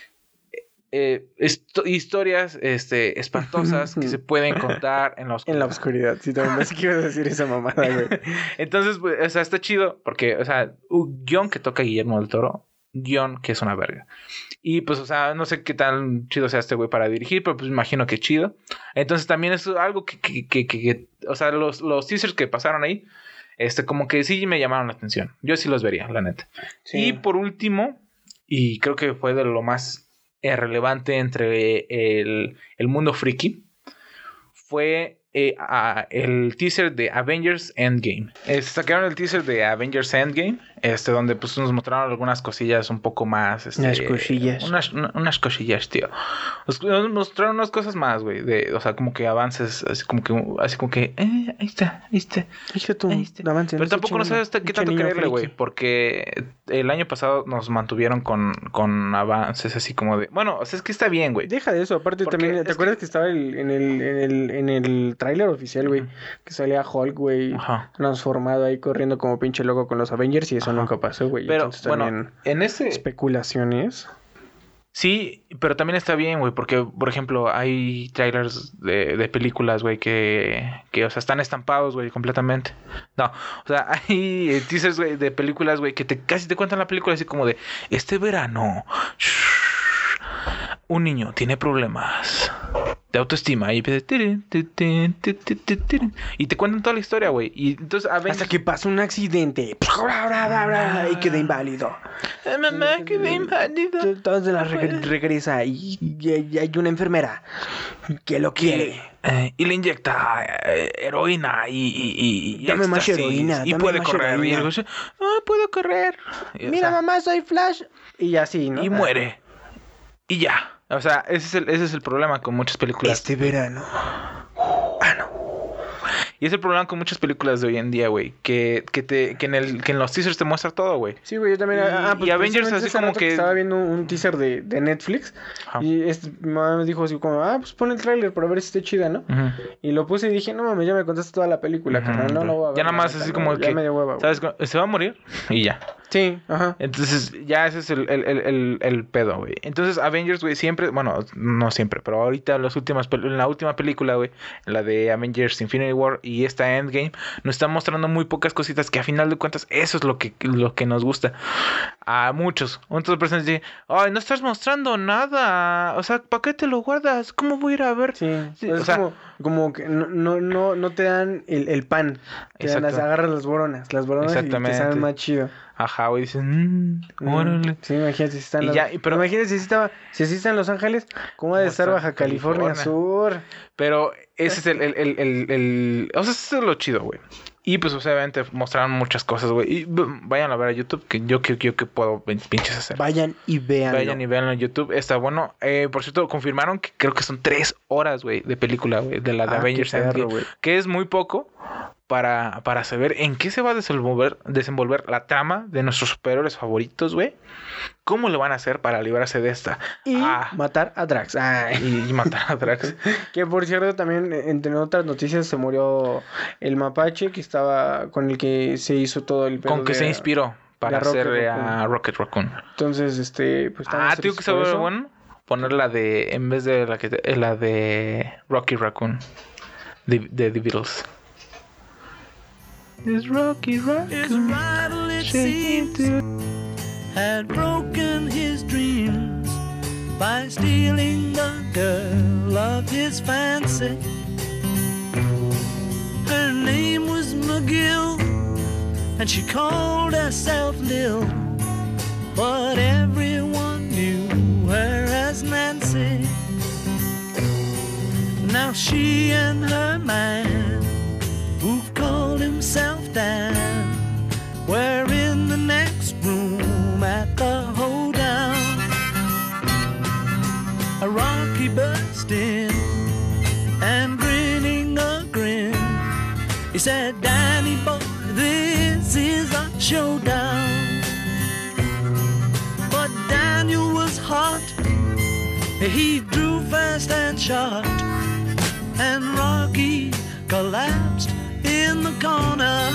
eh, esto- historias este, espantosas que se pueden contar en la oscuridad. En la oscuridad. Sí, también pensé que ibas a decir esa mamada, güey. Entonces, pues, o sea, está chido porque, o sea, un guión que toca Guillermo del Toro, guión que es una verga. Y pues, o sea, no sé qué tan chido sea este güey para dirigir, pero pues imagino que chido. Entonces también es algo que, que, que, que- que- o sea, los, los teasers que pasaron ahí, este, como que sí me llamaron la atención. Yo sí los vería, la neta. Sí. Y por último, y creo que fue de lo más eh, relevante entre el, el mundo friki, fue eh, a- el teaser de Avengers Endgame. Eh, sacaron el teaser de Avengers Endgame, este, donde pues nos mostraron algunas cosillas un poco más. Este, Unas cosillas. Unas, una- unas cosillas, tío. Nos, nos mostraron unas cosas más, güey. de- O sea, como que avances, así como que, así como que, eh, ahí está, ahí está. Ahí está tu Ahí está. avance, Pero está tampoco no chingando. sabes hasta qué Pinche tanto niño creerle, güey. friki. Porque el año pasado nos mantuvieron con, con avances así como de. Bueno, o sea, es que está bien, güey. Deja de eso, aparte Porque también, es ¿te que- acuerdas que, estaba el, en el, en el, en el tráiler oficial, güey? Que salía Hulk, güey, Ajá. transformado ahí corriendo como pinche loco con los Avengers y eso Ajá. nunca pasó, güey. Pero Entonces bueno, también en ese. especulaciones. Sí, pero también está bien, güey, porque, por ejemplo, hay trailers de, de películas, güey, que, que, o sea, están estampados, güey, completamente. No, o sea, hay eh, teasers, güey, de películas, güey, que te casi te cuentan la película así como de, este verano, shh, un niño tiene problemas. de autoestima. Y empieza... tirin, tirin, tirin, tirin, tirin, y te cuentan toda la historia, güey. Y entonces Avengers... Hasta que pasa un accidente. Y queda inválido. Eh, mamá, quedé inválido. Entonces la reg- regresa y, y- y hay una enfermera que lo quiere. Eh, y le inyecta eh, heroína y, y, y, y Dame más éxtasis, heroína, y dame puede más correr. Y heroína. él dice, ah, puedo correr. Y, o Mira, sea, mamá, soy Flash. Y así, ¿no? y muere. Y ya. O sea, ese es el, ese es el problema con muchas películas. Este verano. Ah, no. Y es el problema con muchas películas de hoy en día, güey. Que, que, te, que, en el, que en los teasers te muestra todo, güey. Sí, güey, yo también. Y- ah, pues y Avengers precisamente así hace como rato que- Estaba viendo un teaser de, de Netflix. Ajá. Y este, mi mamá me dijo así como, ah, pues pon el tráiler para ver si está chida, ¿no? Ujú. Y lo puse y dije, no mames, ya me contaste toda la película, Ujú, carnal. No, no voy a ver. ya nada la más neta, así no, como ya que... me dio hueva, güey. ¿Sabes? Se va a morir y ya. Sí, ajá. Entonces, ya ese es el, el, el, el, el pedo, güey. Entonces, Avengers, güey, siempre... Bueno, no siempre, pero ahorita las últimas pel- en la última película, güey, la de Avengers Infinity War y esta Endgame, nos está mostrando muy pocas cositas que a final de cuentas eso es lo que, lo que nos gusta. A muchos. Otras personas dicen, ay, no estás mostrando nada. O sea, ¿para qué te lo guardas? ¿Cómo voy a ir a ver? Sí, Sí, pues o es sea- como, como que no, no, no, no te dan el, el pan. Te dan las, Exacto. agarras las boronas. Las boronas y te Exactamente. saben más chido. Ajá, güey, dicen, mmm, órale. Sí, imagínate si están Y las- ya, y pero- imagínate si estaba, si así está en Los Ángeles, ¿cómo ha de ¿Cómo estar está Baja California, California? Sur? Pero ese es el, el, el, el, el- O sea, eso es lo chido, güey. Y pues, o sea, obviamente mostraron muchas cosas, güey. Y b- vayan a ver a YouTube, que yo que yo que puedo pin- pinches hacer. Vayan y vean. Vayan y veanlo en YouTube. Está bueno. Eh, por cierto, confirmaron que creo que son tres horas, güey, de película, güey, de la de Ah, qué Avengers perro, Endgame, güey. que es muy poco para, para saber en qué se va a desenvolver, desenvolver la trama de nuestros superhéroes favoritos, güey. ¿Cómo le van a hacer para librarse de esta? Y Ah, matar a Drax. Ay. y, y matar a Drax. Que por cierto, también entre otras noticias se murió el mapache que estaba con el que se hizo todo el pedo Con que de- se inspiró para de Rocket hacer Raccoon. a Rocket Raccoon. Entonces, este, pues estamos Ah, tío, que tristes se por ve eso. bueno. Poner la de, en vez de la que te- la de Rocky Raccoon. De, de The Beatles. It's Rocky His Raccoon. rival, it seems, had broken his dreams by stealing the girl of his fancy. Her name was McGill, and she called herself Lil, but everyone knew her as Nancy. Now she and her man, who called himself Dan, were in the next room at the hoedown. A Rocky burst in and grinning a grin, he said, Danny boy, this is a showdown. But Daniel was hot, he drew fast and shot, and Rocky collapsed in the corner.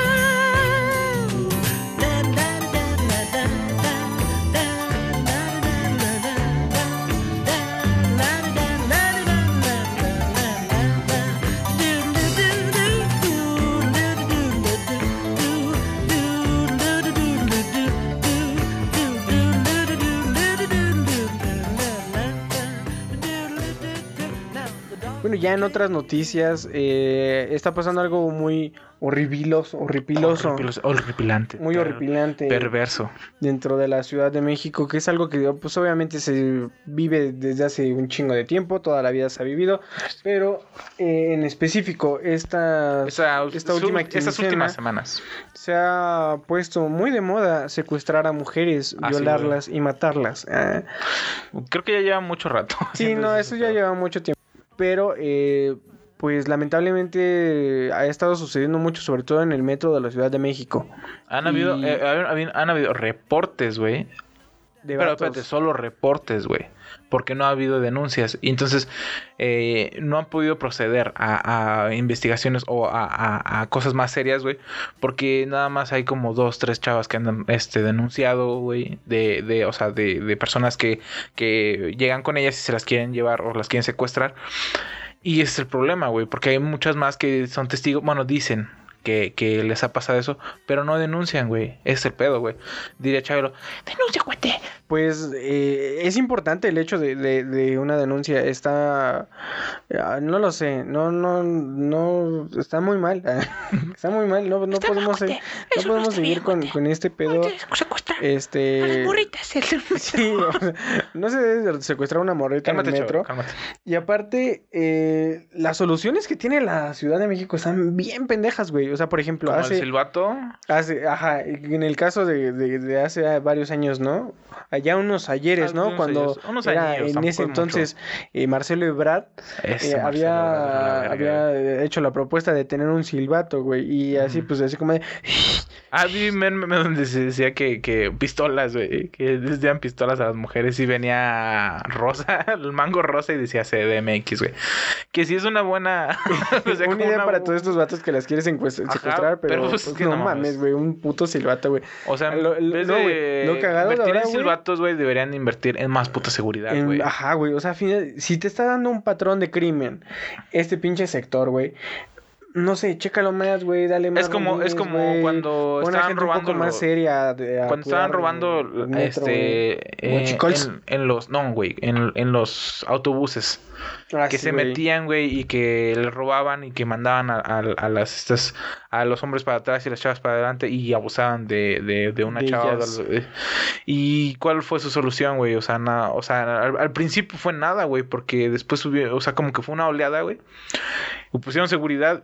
Bueno, ya en otras noticias eh, está pasando algo muy horribiloso, horripiloso, Horripiloso, horripilante. muy per- horripilante Perverso. dentro de la Ciudad de México, que es algo que pues obviamente se vive desde hace un chingo de tiempo, toda la vida se ha vivido, pero eh, en específico esta, Esa- esta su- última estas quincena últimas semanas. se ha puesto muy de moda secuestrar a mujeres, Ah, sí, violarlas y matarlas. Ah, Creo que ya lleva mucho rato. sí, haciendo no, eso ya pedo. lleva mucho tiempo, pero eh, pues lamentablemente ha estado sucediendo mucho, sobre todo en el metro de la Ciudad de México. Han habido, Y- eh, han, habido- han habido reportes, güey. De Pero vatos. espérate, solo reportes, güey. Porque no ha habido denuncias. Y entonces eh, no han podido proceder a, a investigaciones o a, a- a cosas más serias, güey. Porque nada más hay como dos, tres chavas que han este, denunciado, güey. De, de, o sea, de, de personas que, que llegan con ellas y se las quieren llevar o las quieren secuestrar. Y ese es el problema, güey. Porque hay muchas más que son testigos. Bueno, dicen que, que les ha pasado eso. Pero no denuncian, güey. Ese es el pedo, güey. Diría Chabelo, denuncia, cuate. pues eh, es importante el hecho de, de, de una denuncia. Está, ah, no lo sé, no, no, no, está muy mal, está muy mal. No, no podemos, eh, no podemos seguir con, con este pedo. Este, a las morritas. Sí, o sea, no se debe secuestrar una morrita Cálmate, en el metro. chavo, cálmate. Y aparte, eh, las soluciones que tiene la Ciudad de México están bien pendejas, güey. O sea, por ejemplo, Como hace, el silbato. hace, ajá, en el caso de, de, de hace varios años, ¿no? Allá unos ayeres, ¿no? Algunos Cuando años, unos era añillos, en ese tampoco es entonces eh, Marcelo Ebrard Ese eh, Marcelo había, Ebrard es la verga, había hecho la propuesta de tener un silbato, güey. Y así, pues, así como de... Ah, vi un meme donde se decía que, que pistolas, güey. Que les daban pistolas a las mujeres y venía rosa, el mango rosa y decía C D M X, güey. Que sí es una buena... o sea, una como idea una- para todos estos vatos que las quieres encuest- Ajá, secuestrar, pero, pero, pues, pues, que no no mames, mames. güey, un puto silbato, güey. O sea, Lo- en lo- vez no, de güey, lo cagado de invertir ahora, en güey, silbatos, güey, deberían invertir en más puta seguridad, En- güey. ajá, güey. O sea, al final, si te está dando un patrón de crimen, este pinche sector, güey. No sé, chécalo más, güey, dale más. Es como- rondines, es como güey. cuando Pon a estaban gente un robando poco más los- seria. de- a Cuando estaban cuidar robando el metro, güey. este eh, Huachicols. en, en los no güey en, en los autobuses Ah, que sí, se güey. metían güey y que le robaban y que mandaban a, a, a las estas a los hombres para atrás y las chavas para adelante y abusaban de, de, de una De chava o ellas. de- y cuál fue su solución güey o sea nada o sea al, al principio fue nada güey porque después subió o sea como que fue una oleada güey y pusieron seguridad.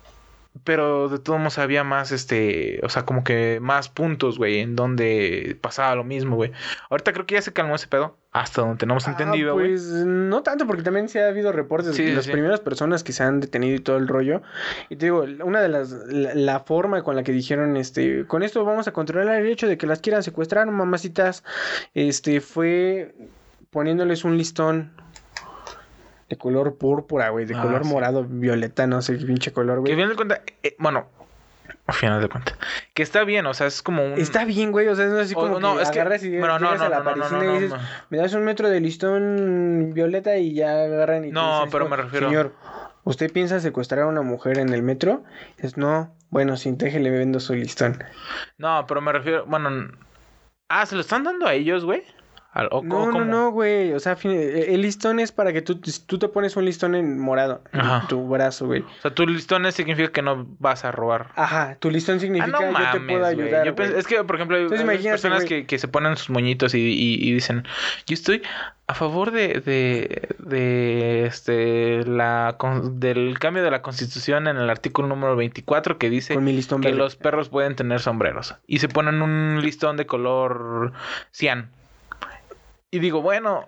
Pero de todos modos había más, este, o sea, como que más puntos, güey, en donde pasaba lo mismo, güey. Ahorita creo que ya se calmó ese pedo, hasta donde tenemos Ah, entendido, güey. pues no tanto, porque también sí ha habido reportes Sí, de sí, las sí. primeras personas que se han detenido y todo el rollo. Y te digo, una de las, la, la forma con la que dijeron, este, con esto vamos a controlar el hecho de que las quieran secuestrar, mamacitas, este, fue poniéndoles un listón de color púrpura, güey, de Ah, color sí. morado, violeta, no sé qué pinche color, Que güey. al final de cuentas, eh, bueno, al final de cuentas, que está bien, o sea, es como un... Está bien, güey, o sea, no es así O- como no, que es que- agarras y bueno, no, llegas no, a la no, no, parisina no, no, y dices, no. me das un metro de listón violeta y ya agarran y te No, dicen así pero como, me refiero- señor, ¿usted piensa secuestrar a una mujer en el metro? Es no, bueno, sin déjele me vendo su listón. No, pero me refiero, bueno... Ah, ¿se lo están dando a ellos, güey? Al- o- No, o no, cómo? no, güey, o sea, fin- el listón es para que tú, tú te pones un listón en morado Ajá. en tu brazo, güey. O sea, tu listón significa que no vas a robar. Ajá, tu listón Ah, significa no yo te mames, puedo güey. ayudar, Yo güey. pens- es que, por ejemplo, hay, Entonces, hay imagínate, personas güey. que, que se ponen sus moñitos y, y, y dicen, yo estoy a favor de, de, de este la con- del cambio de la Constitución en el artículo número veinticuatro que dice Con mi listón que verde. los perros pueden tener sombreros. Y se ponen un listón de color cian. Y digo, bueno,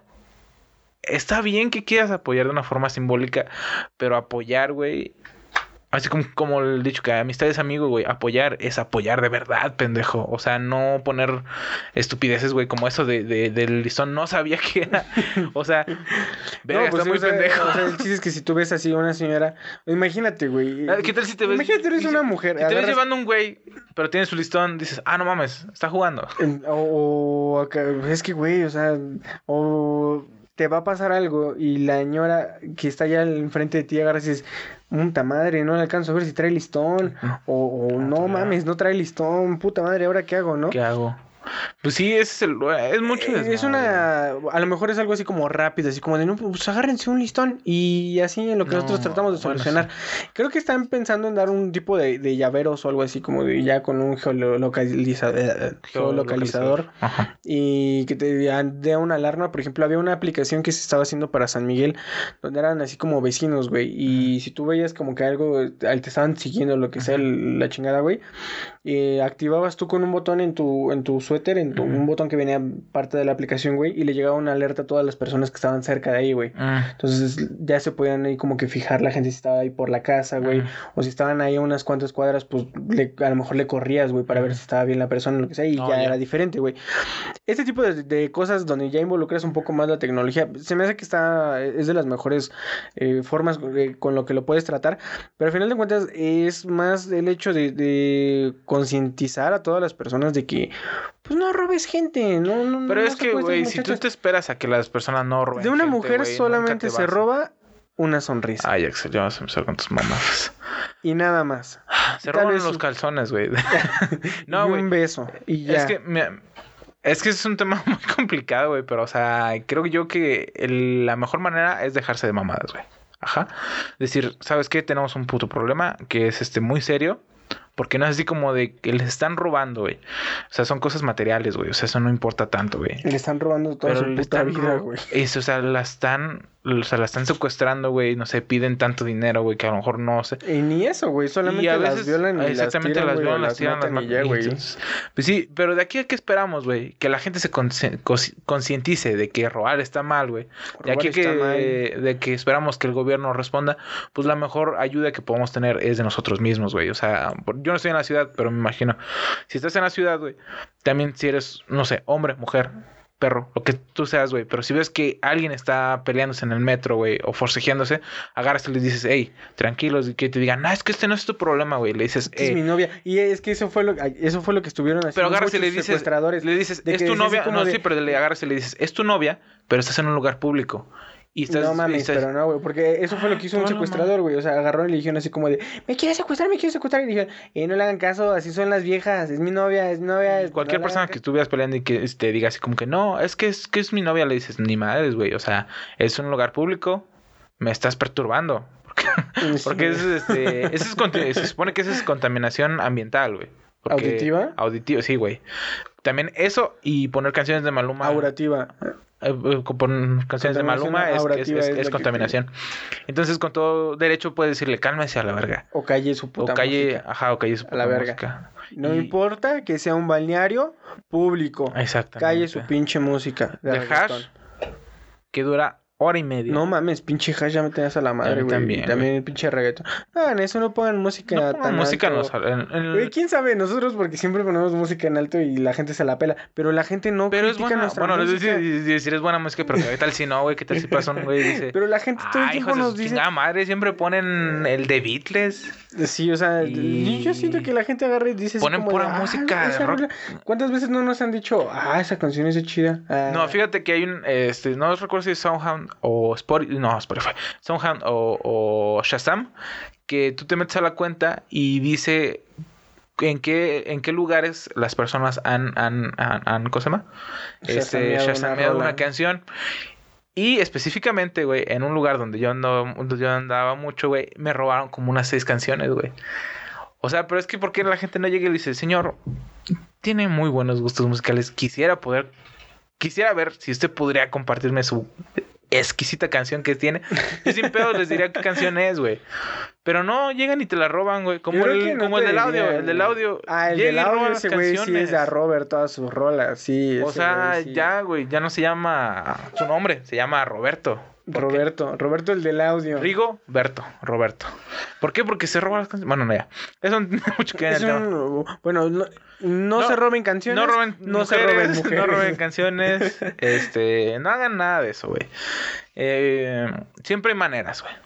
está bien que quieras apoyar de una forma simbólica, pero apoyar, güey... Así como, como el dicho que amistad es amigo, güey. Apoyar es apoyar de verdad, pendejo. O sea, no poner estupideces, güey, como eso de, de, del listón. No sabía que era. O sea, verga, No, pues está sí, muy o sea, pendejo. O sea, el chiste es que si tú ves así a una señora, imagínate, güey. Ah, ¿qué tal si te ves? Imagínate, eres si- una mujer. Si te ves agarras- llevando un güey, pero tiene su listón, dices, ah, no mames, está jugando. en- O, o acá, es que, güey, o sea, o te va a pasar algo y la señora que está allá enfrente de ti agarras y dices, puta madre, no le alcanzo a ver si trae listón. O, o no trae. mames, no trae listón, puta madre, ¿ahora qué hago, no? ¿Qué hago? Pues sí, ese es el. Es mucho Eh, Es desmadre. una, a lo mejor es algo así como rápido, así como de, no, pues agárrense un listón y así en lo que No, nosotros tratamos de bueno, solucionar. Creo que están pensando en dar un tipo de, de llaveros o algo así como de ya con un geolocaliza- eh, geolocalizador Ajá. y que te dé una alarma. Por ejemplo, había una aplicación que se estaba haciendo para San Miguel donde eran así como vecinos, güey, y si tú veías como que algo, eh, te estaban siguiendo lo que sea el- la chingada, güey, eh, activabas tú con un botón en tu, en tu suéter, en tu, Ujú. un botón que venía parte de la aplicación, güey, y le llegaba una alerta a todas las personas que estaban cerca de ahí, güey. Mm. Entonces ya se podían ahí como que fijar la gente si estaba ahí por la casa, güey, Ujú. o si estaban ahí a unas cuantas cuadras, pues le- a lo mejor le corrías, güey, para ver si estaba bien la persona, lo que sea, y No, ya ya. era diferente, güey. Este tipo de, de cosas donde ya involucras un poco más la tecnología, se me hace que está, es de las mejores eh, formas eh, con lo que lo puedes tratar, pero al final de cuentas es más el hecho de, de concientizar a todas las personas de que, pues no robes gente, no, no, Pero no es que, secuestres güey, si tú muchachas. te esperas a que las personas no roben. De una gente, mujer güey, nunca solamente te se vas a- roba una sonrisa Ay, Axel, ya vas a empezar con tus mamás. y nada más. Se Tal roban vez los un- calzones, güey. y No, güey. un beso y ya. Es que, mira, Es que es un tema muy complicado, güey, pero, o sea, creo yo que el- la mejor manera es dejarse de mamadas, güey. Ajá. Decir, ¿sabes qué? Tenemos un puto problema que es este muy serio. Porque no es así como de que les están robando, güey. O sea, son cosas materiales, güey. O sea, eso no importa tanto, güey. Le están robando toda Pero su le puta están vida, ro- güey. Eso, o sea, la están... O sea, la están secuestrando, güey. No sé, piden tanto dinero, güey, que a lo mejor no sé. Y ni eso, güey. Solamente Y a las veces, violan y exactamente, las las tiran, violan, güey, o las tiran, las matan y matan. ya, güey. Entonces, pues sí, pero de aquí a qué esperamos, güey, que la gente se consci- cos- concientice de que robar está mal, güey. De Robar aquí a que, está mal. de que esperamos que el gobierno responda, pues la mejor ayuda que podemos tener es de nosotros mismos, güey. O sea, por- yo no estoy en la ciudad, pero me imagino, si estás en la ciudad, güey, también si eres, no sé, hombre, mujer, perro, lo que tú seas, güey. Pero si ves que alguien está peleándose en el metro, güey, o forcejeándose, agarras y les dices, hey, tranquilos, y que te digan, no, es que este no es tu problema, güey. Le dices, Es eh, mi novia. Y es que eso fue lo, eso fue lo que estuvieron haciendo. pero agarras y muchos le dices, secuestradores. le dices, de es que tu decías así novia. como No, de- sí, pero le agarras y le dices, es tu novia, pero estás en un lugar público. Y estás, No y mames, estás- pero no, güey, porque eso fue lo que hizo Ah, un no, secuestrador, güey. O sea, agarró y le dijeron así como de, me quiere secuestrar, me quiere secuestrar. Y dijeron, eh, no le hagan caso, así son las viejas, es mi novia, es mi novia. Cualquier no le persona hagan que caso". estuvieras peleando y que te diga así como que no, es que es que es mi novia, le dices, ni madres, güey. O sea, es un lugar público, me estás perturbando. Porque, porque es, este, ese es conti- se supone que esa es contaminación ambiental, güey. Porque- ¿Auditiva? Auditiva, sí, güey. También eso y poner canciones de Maluma. Aurativa. Eh, eh, Poner canciones de Contaminación Maluma es, es, aurativa es- es es lo que contaminación. Entonces, con todo derecho puedes decirle, cálmese a la verga. O calle su puta O calle, música. ajá, o calle su A puta la verga. música. No Y- importa que sea un balneario público. Exactamente. Calle su pinche música. De De reggaetón. hash, que dura hora y media. No mames, pinche hash ya me tenías a la madre, mí güey. también, Y también el pinche reggaetón. No hagan eso, no pongan música No pongan tan música alto. no sale. en- en- Güey, quién sabe, nosotros porque siempre ponemos música en alto y la gente se la pela, pero la gente no Pero es critica buena. nuestra Bueno, les música. decir, decir es buena música, pero ¿qué tal si no, güey? ¿Qué tal si pasa un güey y dice... Pero la gente todo el Ay, tiempo hijos de nos su dice, chingada madre, siempre ponen el de Beatles. sí, o sea, Y- yo siento que la gente agarra y dice así Ponen como pura de, "Ah, música esa de rock". rola". ¿Cuántas veces no nos han dicho, ah, esa canción es chida? Ah, No, fíjate que hay un, este, no recuerdo si es Soundhound o Spotify, no, Spotify, Soundhound o, o Shazam, que tú te metes a la cuenta y dice en qué, en qué lugares las personas han, han, han, han ¿cómo se llama? Este, Shazameado una shazameado una, rola. canción. Y específicamente, güey, en un lugar donde yo, ando, donde yo andaba mucho, güey, me robaron como unas seis canciones, güey. O sea, pero es que ¿por qué la gente no llega y le dice, señor, tiene muy buenos gustos musicales, quisiera poder, quisiera ver si usted podría compartirme su exquisita canción que tiene? Yo sin pedo les diría qué canción es, güey. Pero no, llegan y te la roban, güey. Como yo creo el, que no como el te del audio, dirían, el del güey. audio. Ah, el llega del y roba audio, las ese güey sí canciones. es a Robert todas sus rolas, sí. O ese sea, güey sí. ya, güey, ya no se llama su nombre, se llama Roberto. ¿Por qué? Roberto, Roberto el del audio. Rigo, Berto, Roberto. ¿Por qué? Porque se roban las canciones. Bueno, no, ya. Eso no tiene mucho que ver Es en el tema. un- bueno, no, no, No, se roben canciones. No roben no mujeres, se roben mujeres. no roben canciones. Este, no hagan nada de eso, güey. Eh, siempre hay maneras, güey.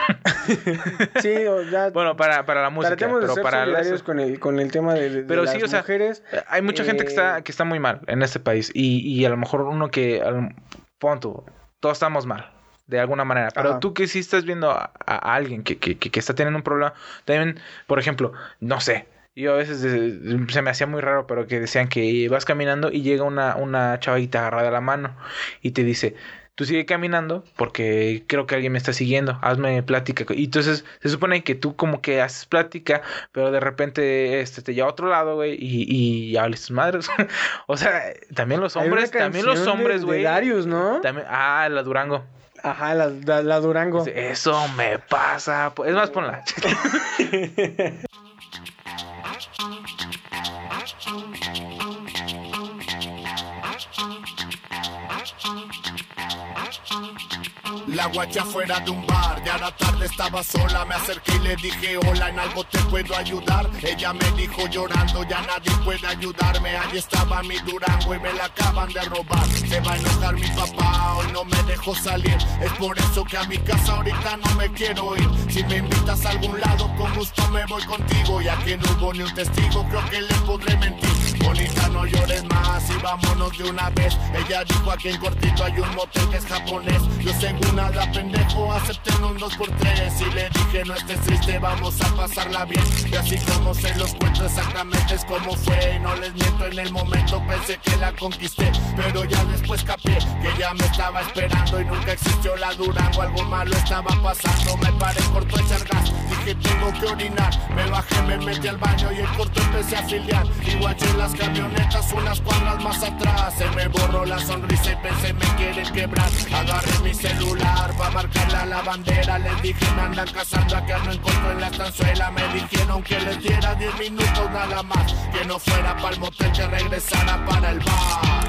Sí, o ya. Bueno, para, para la música, tratemos de pero ser para las- solidarios con el, con el tema de, de- de Pero las sí, o sea, mujeres. hay mucha gente que está, Eh, que está muy mal en este país. Y, y a lo mejor uno que, al- pon tú, todos estamos mal. De alguna manera. Pero Ajá. tú que sí estás viendo a, a alguien que, que, que, que está teniendo un problema. También, por ejemplo, no sé. Yo a veces eh, se me hacía muy raro, pero que decían que vas caminando y llega una, una chava y te agarra de la mano y te dice, tú sigue caminando porque creo que alguien me está siguiendo, hazme plática. Y entonces se supone que tú como que haces plática, pero de repente este te lleva a otro lado, güey, y, y hables tus madres. O sea, también los hay una hombres, también los canción de- hombres, de güey. Darius, ¿no? También, ah, la Durango. Ajá, la, la, la Durango. Dice, eso me pasa. Es más, ponla. La guacha fuera de un bar, ya era tarde, estaba sola. Me acerqué y le dije hola, ¿en algo te puedo ayudar? Ella me dijo llorando, ya nadie puede ayudarme. Allí estaba mi Durango y me la acaban de robar. Se va a enojar mi papá, hoy no me dejó salir. Es por eso que a mi casa ahorita no me quiero ir. Si me invitas a algún lado, con gusto me voy contigo. Y aquí no hubo ni un testigo, creo que le podré mentir. Bonita no llores más y vámonos de una vez. Ella dijo aquí en cortito hay un motel que es japonés. Yo según nada pendejo acepté en un dos por tres y le dije no estés triste, vamos a pasarla bien. Y así como se los cuento exactamente es como fue. Y no les miento, en el momento pensé que la conquisté, pero ya después capé que ella me estaba esperando y nunca existió la Durango. Algo malo estaba pasando, me paré corto a echar gas. Dije tengo que orinar, me bajé, me metí al baño y en corto empecé a filiar. Y guaché las camionetas unas cuadras más atrás. Se me borró la sonrisa y pensé me quieren quebrar. Agarré mi celular pa' marcarle a la bandera. Les dije me andan cazando, acá no encuentro en la estanzuela. Me dijeron que les diera diez minutos nada más, que no fuera pa'l motel, que regresara para el bar.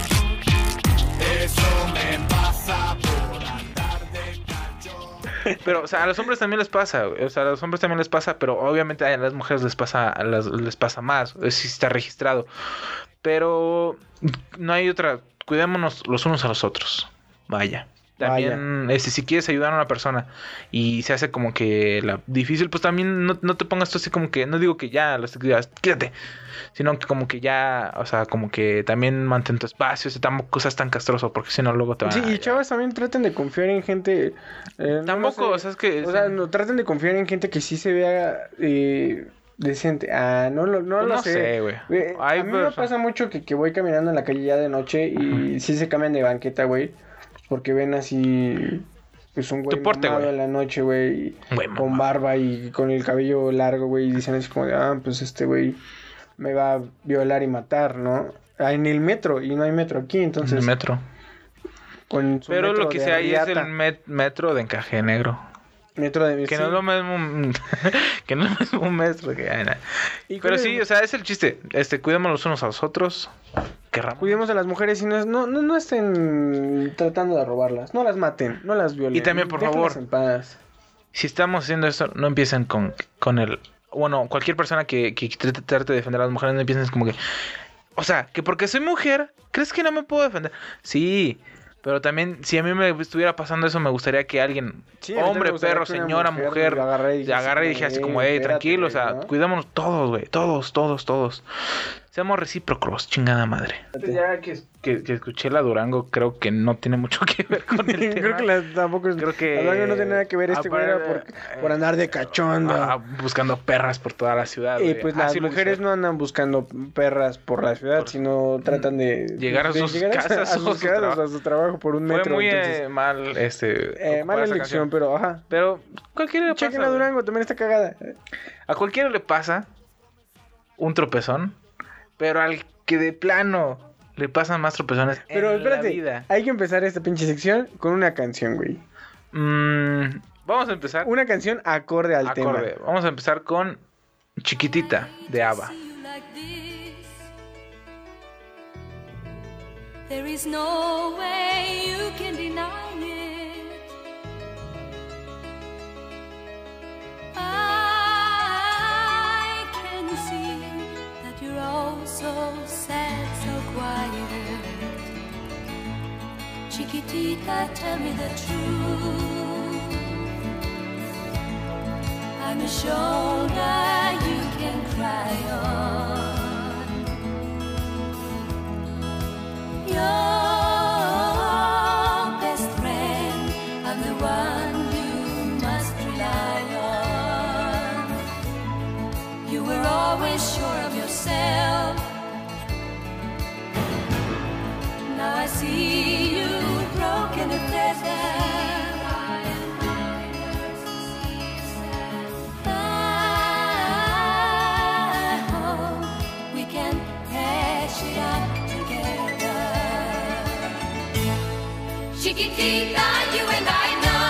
Eso me pasa por andar de cacho. Pero, o sea, a los hombres también les pasa, güey. O sea, a los hombres también les pasa, pero obviamente a las mujeres les pasa, a las, les pasa más. Sí está registrado. Pero no hay otra. Cuidémonos los unos a los otros. Vaya. También, este, si quieres ayudar a una persona y se hace como que la difícil, pues también no, no te pongas tú así como que, no digo que ya, los, quédate, sino que como que ya, o sea, como que también mantén tu espacio, o sea, tampoco seas tan castroso, porque si no luego te van sí, a... Sí, y chavas también traten de confiar en gente... Eh, tampoco, no sé, o sea, es que... O sea, no, traten de confiar en gente que sí se vea... Eh, decente. Ah, no, no, no pues lo no sé, güey. Eh, a mí me pasa mucho que, que voy caminando en la calle ya de noche y uh-huh. sí se cambian de banqueta, güey. Porque ven así, pues un güey porte, mamado güey. en la noche, güey, con mamá. barba y con el cabello largo, güey, y dicen así como de, ah, pues este güey me va a violar y matar, ¿no? Ah, en el metro, y no hay metro aquí, entonces... En el metro. Con su Pero metro lo que sea ahí es el met- metro de encaje negro. Metro de... Que sí. no es lo mismo... que no es lo mismo un metro que... Ay, nah. Pero sí, o sea, es el chiste. Este, cuidemos los unos a los otros. Querramos. Cuidemos a las mujeres y no, no, no, no estén tratando de robarlas. No las maten, no las violen. Y también, por Déjenlas favor, en paz. Si estamos haciendo esto, no empiecen con, con el... Bueno, cualquier persona que, que trate de defender a las mujeres, no empiecen como que... O sea, que porque soy mujer, ¿crees que no me puedo defender? Sí... Pero también, si a mí me estuviera pasando eso, me gustaría que alguien, sí, hombre, perro, señora, mujer, te agarre y, agarre y dije así como, hey, tranquilo, o sea, ¿no? Cuidémonos todos, güey, todos, todos, todos. Seamos recíprocos, chingada madre. Ya que, que, que escuché la Durango, creo que no tiene mucho que ver con el tema. Creo que la, tampoco es... Creo que... La Durango no tiene nada que ver, este güey era por, por andar de cachondo. Ah, buscando perras por toda la ciudad. Y pues las mujeres no andan buscando perras por la ciudad, por... sino tratan de... Llegar a sus de, casas, a, a, sus casas trabajo. a su trabajo por un metro. Fue muy entonces, eh, mal, este... Eh, mala elección, pero ajá. Pero cualquiera le pasa. Chequen la Durango, también está cagada. A cualquiera le pasa un tropezón, pero al que de plano le pasan más tropezones pero en espérate, la vida. Hay que empezar esta pinche sección con una canción, güey. Mm, vamos a empezar. Una canción acorde al acorde. tema. Vamos a empezar con Chiquitita de ABBA. There is no way you can deny it. I can see that you're all so sad, so quiet. Chiquitita, tell me the truth. I'm a shoulder you can cry on. Your best friend, I'm the one you must rely on. You were always sure of yourself. Now I see you broken and feathered. I hope we can hash it out. Chiquitita, you and I know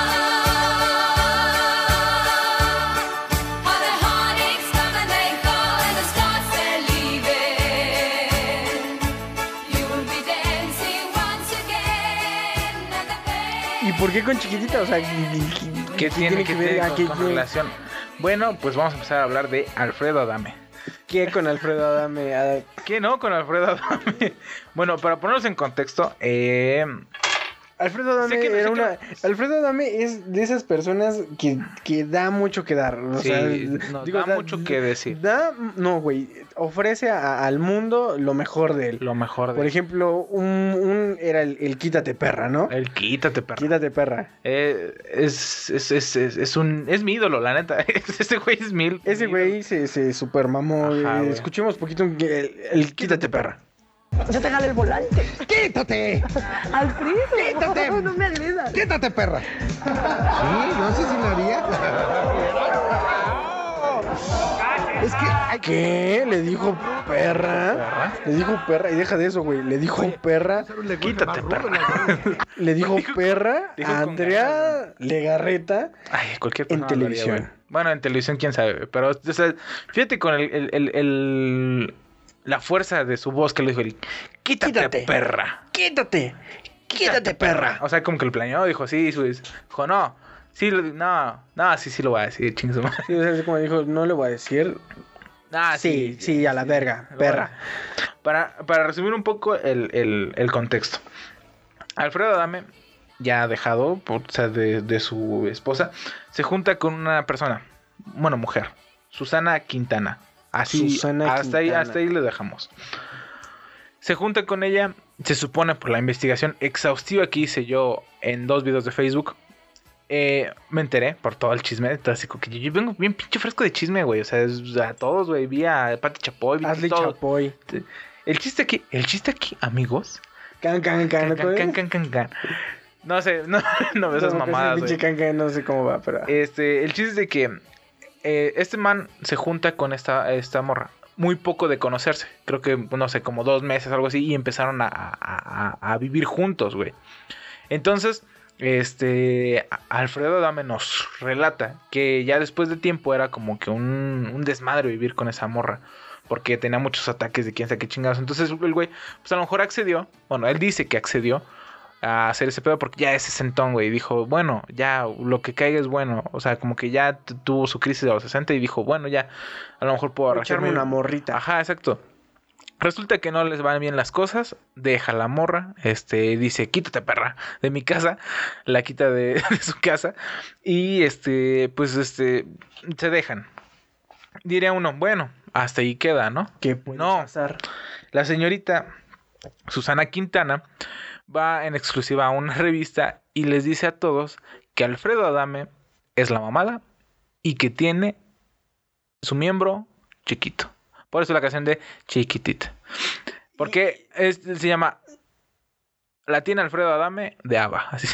how the heartaches come and they go and the stars they're leaving. You will be dancing once again and the pain. ¿Y por qué con Chiquitita? O sea, ¿qué, ¿qué tiene que ver con, con relación? Bueno, pues vamos a empezar a hablar de Alfredo Adame. ¿Qué con Alfredo Adame? ¿Qué no con Alfredo Adame? Bueno, para ponerlos en contexto, eh... Alfredo Adame Sé que- sé era que- una... Alfredo Adame es de esas personas que, que da mucho que dar. O Sí, sea, nos da mucho que decir. Da, no, güey, ofrece a- al mundo lo mejor de él. Lo mejor de Por ejemplo, un, un era el, el quítate perra, ¿no? El quítate, perra. Quítate perra. Eh, es, es, es, es, es un... Es mi ídolo, la neta. Este güey es mil. Ese güey se, se super mamó. Ajá, eh, güey. Escuchemos poquito el, el quítate perra. Yo te jalo el volante. ¡Quítate! Alfredo. ¡Quítate! No, no me agredas. ¡Quítate, perra! Sí, no sé si lo haría. Es que hay ¿Qué? ¿Le dijo perra? ¿Perra? Le dijo perra. Y deja de eso, güey. Le dijo perra. Quítate, perra. Le dijo perra dijo a con Andrea Legarreta Ay, cualquier en persona lo haría, televisión. güey. Bueno, en televisión, quién sabe. Pero, o sea, fíjate con el, el, el, el- la fuerza de su voz que le dijo el quítate, Quítate. perra. Quítate. Quítate, perra. O sea, como que el planeó, dijo, sí, su- dijo, no. Sí, lo- no, no, sí, sí lo voy a decir, ching su madre. Sí, o sea, así como dijo, no le voy a decir. Ah, Sí, sí, a la verga, perra. Para, para resumir un poco el, el, el contexto. Alfredo Adame, ya dejado por, o sea, de, de su esposa, se junta con una persona, bueno, mujer, Susana Quintana. Así, Susana hasta ahí, Quintana. hasta ahí le dejamos. Se junta con ella, se supone por la investigación exhaustiva que hice yo en dos videos de Facebook. Eh, me enteré por todo el chisme. Entonces, así como que yo, yo vengo bien pinche fresco de chisme, güey. O sea, es- a todos, güey. Vi a Pati Chapoy, vi Hazle todo. chapoy. El chiste aquí, el chiste aquí, amigos. Can, can, can. Can, can, can, can, can. No sé, no, no veo esas No, pues, mamadas, el pinche güey. can, can, no sé cómo va, pero... Este, el chiste es de que eh, este man se junta con esta, esta morra. Muy poco de conocerse. Creo que, no sé, como dos meses, algo así. Y empezaron a, a, a- a vivir juntos, güey. Entonces, este, a- Alfredo Adame nos relata que ya después de tiempo era como que un, un desmadre vivir con esa morra. Porque tenía muchos ataques de quién sabe qué chingados. Entonces el güey, pues a lo mejor accedió. Bueno, él dice que accedió a hacer ese pedo porque ya ese sentón, güey. Dijo, bueno, ya lo que caiga es bueno. O sea, como que ya t- tuvo su crisis de los sesenta y dijo, bueno, ya a lo mejor puedo Voy a echarme arrastrarme. una morrita. Ajá, exacto. Resulta que no les van bien las cosas. Deja la morra. Este dice, quítate, perra, de mi casa. La quita de, de su casa. Y este, pues este, se dejan. Diría uno, bueno, hasta ahí queda, ¿no? ¿Qué puede No. pasar? La señorita Susana Quintana va en exclusiva a una revista y les dice a todos que Alfredo Adame es la mamada y que tiene su miembro chiquito. Por eso la canción de Chiquitita. Porque es- se llama La tiene Alfredo Adame de ABBA. Así.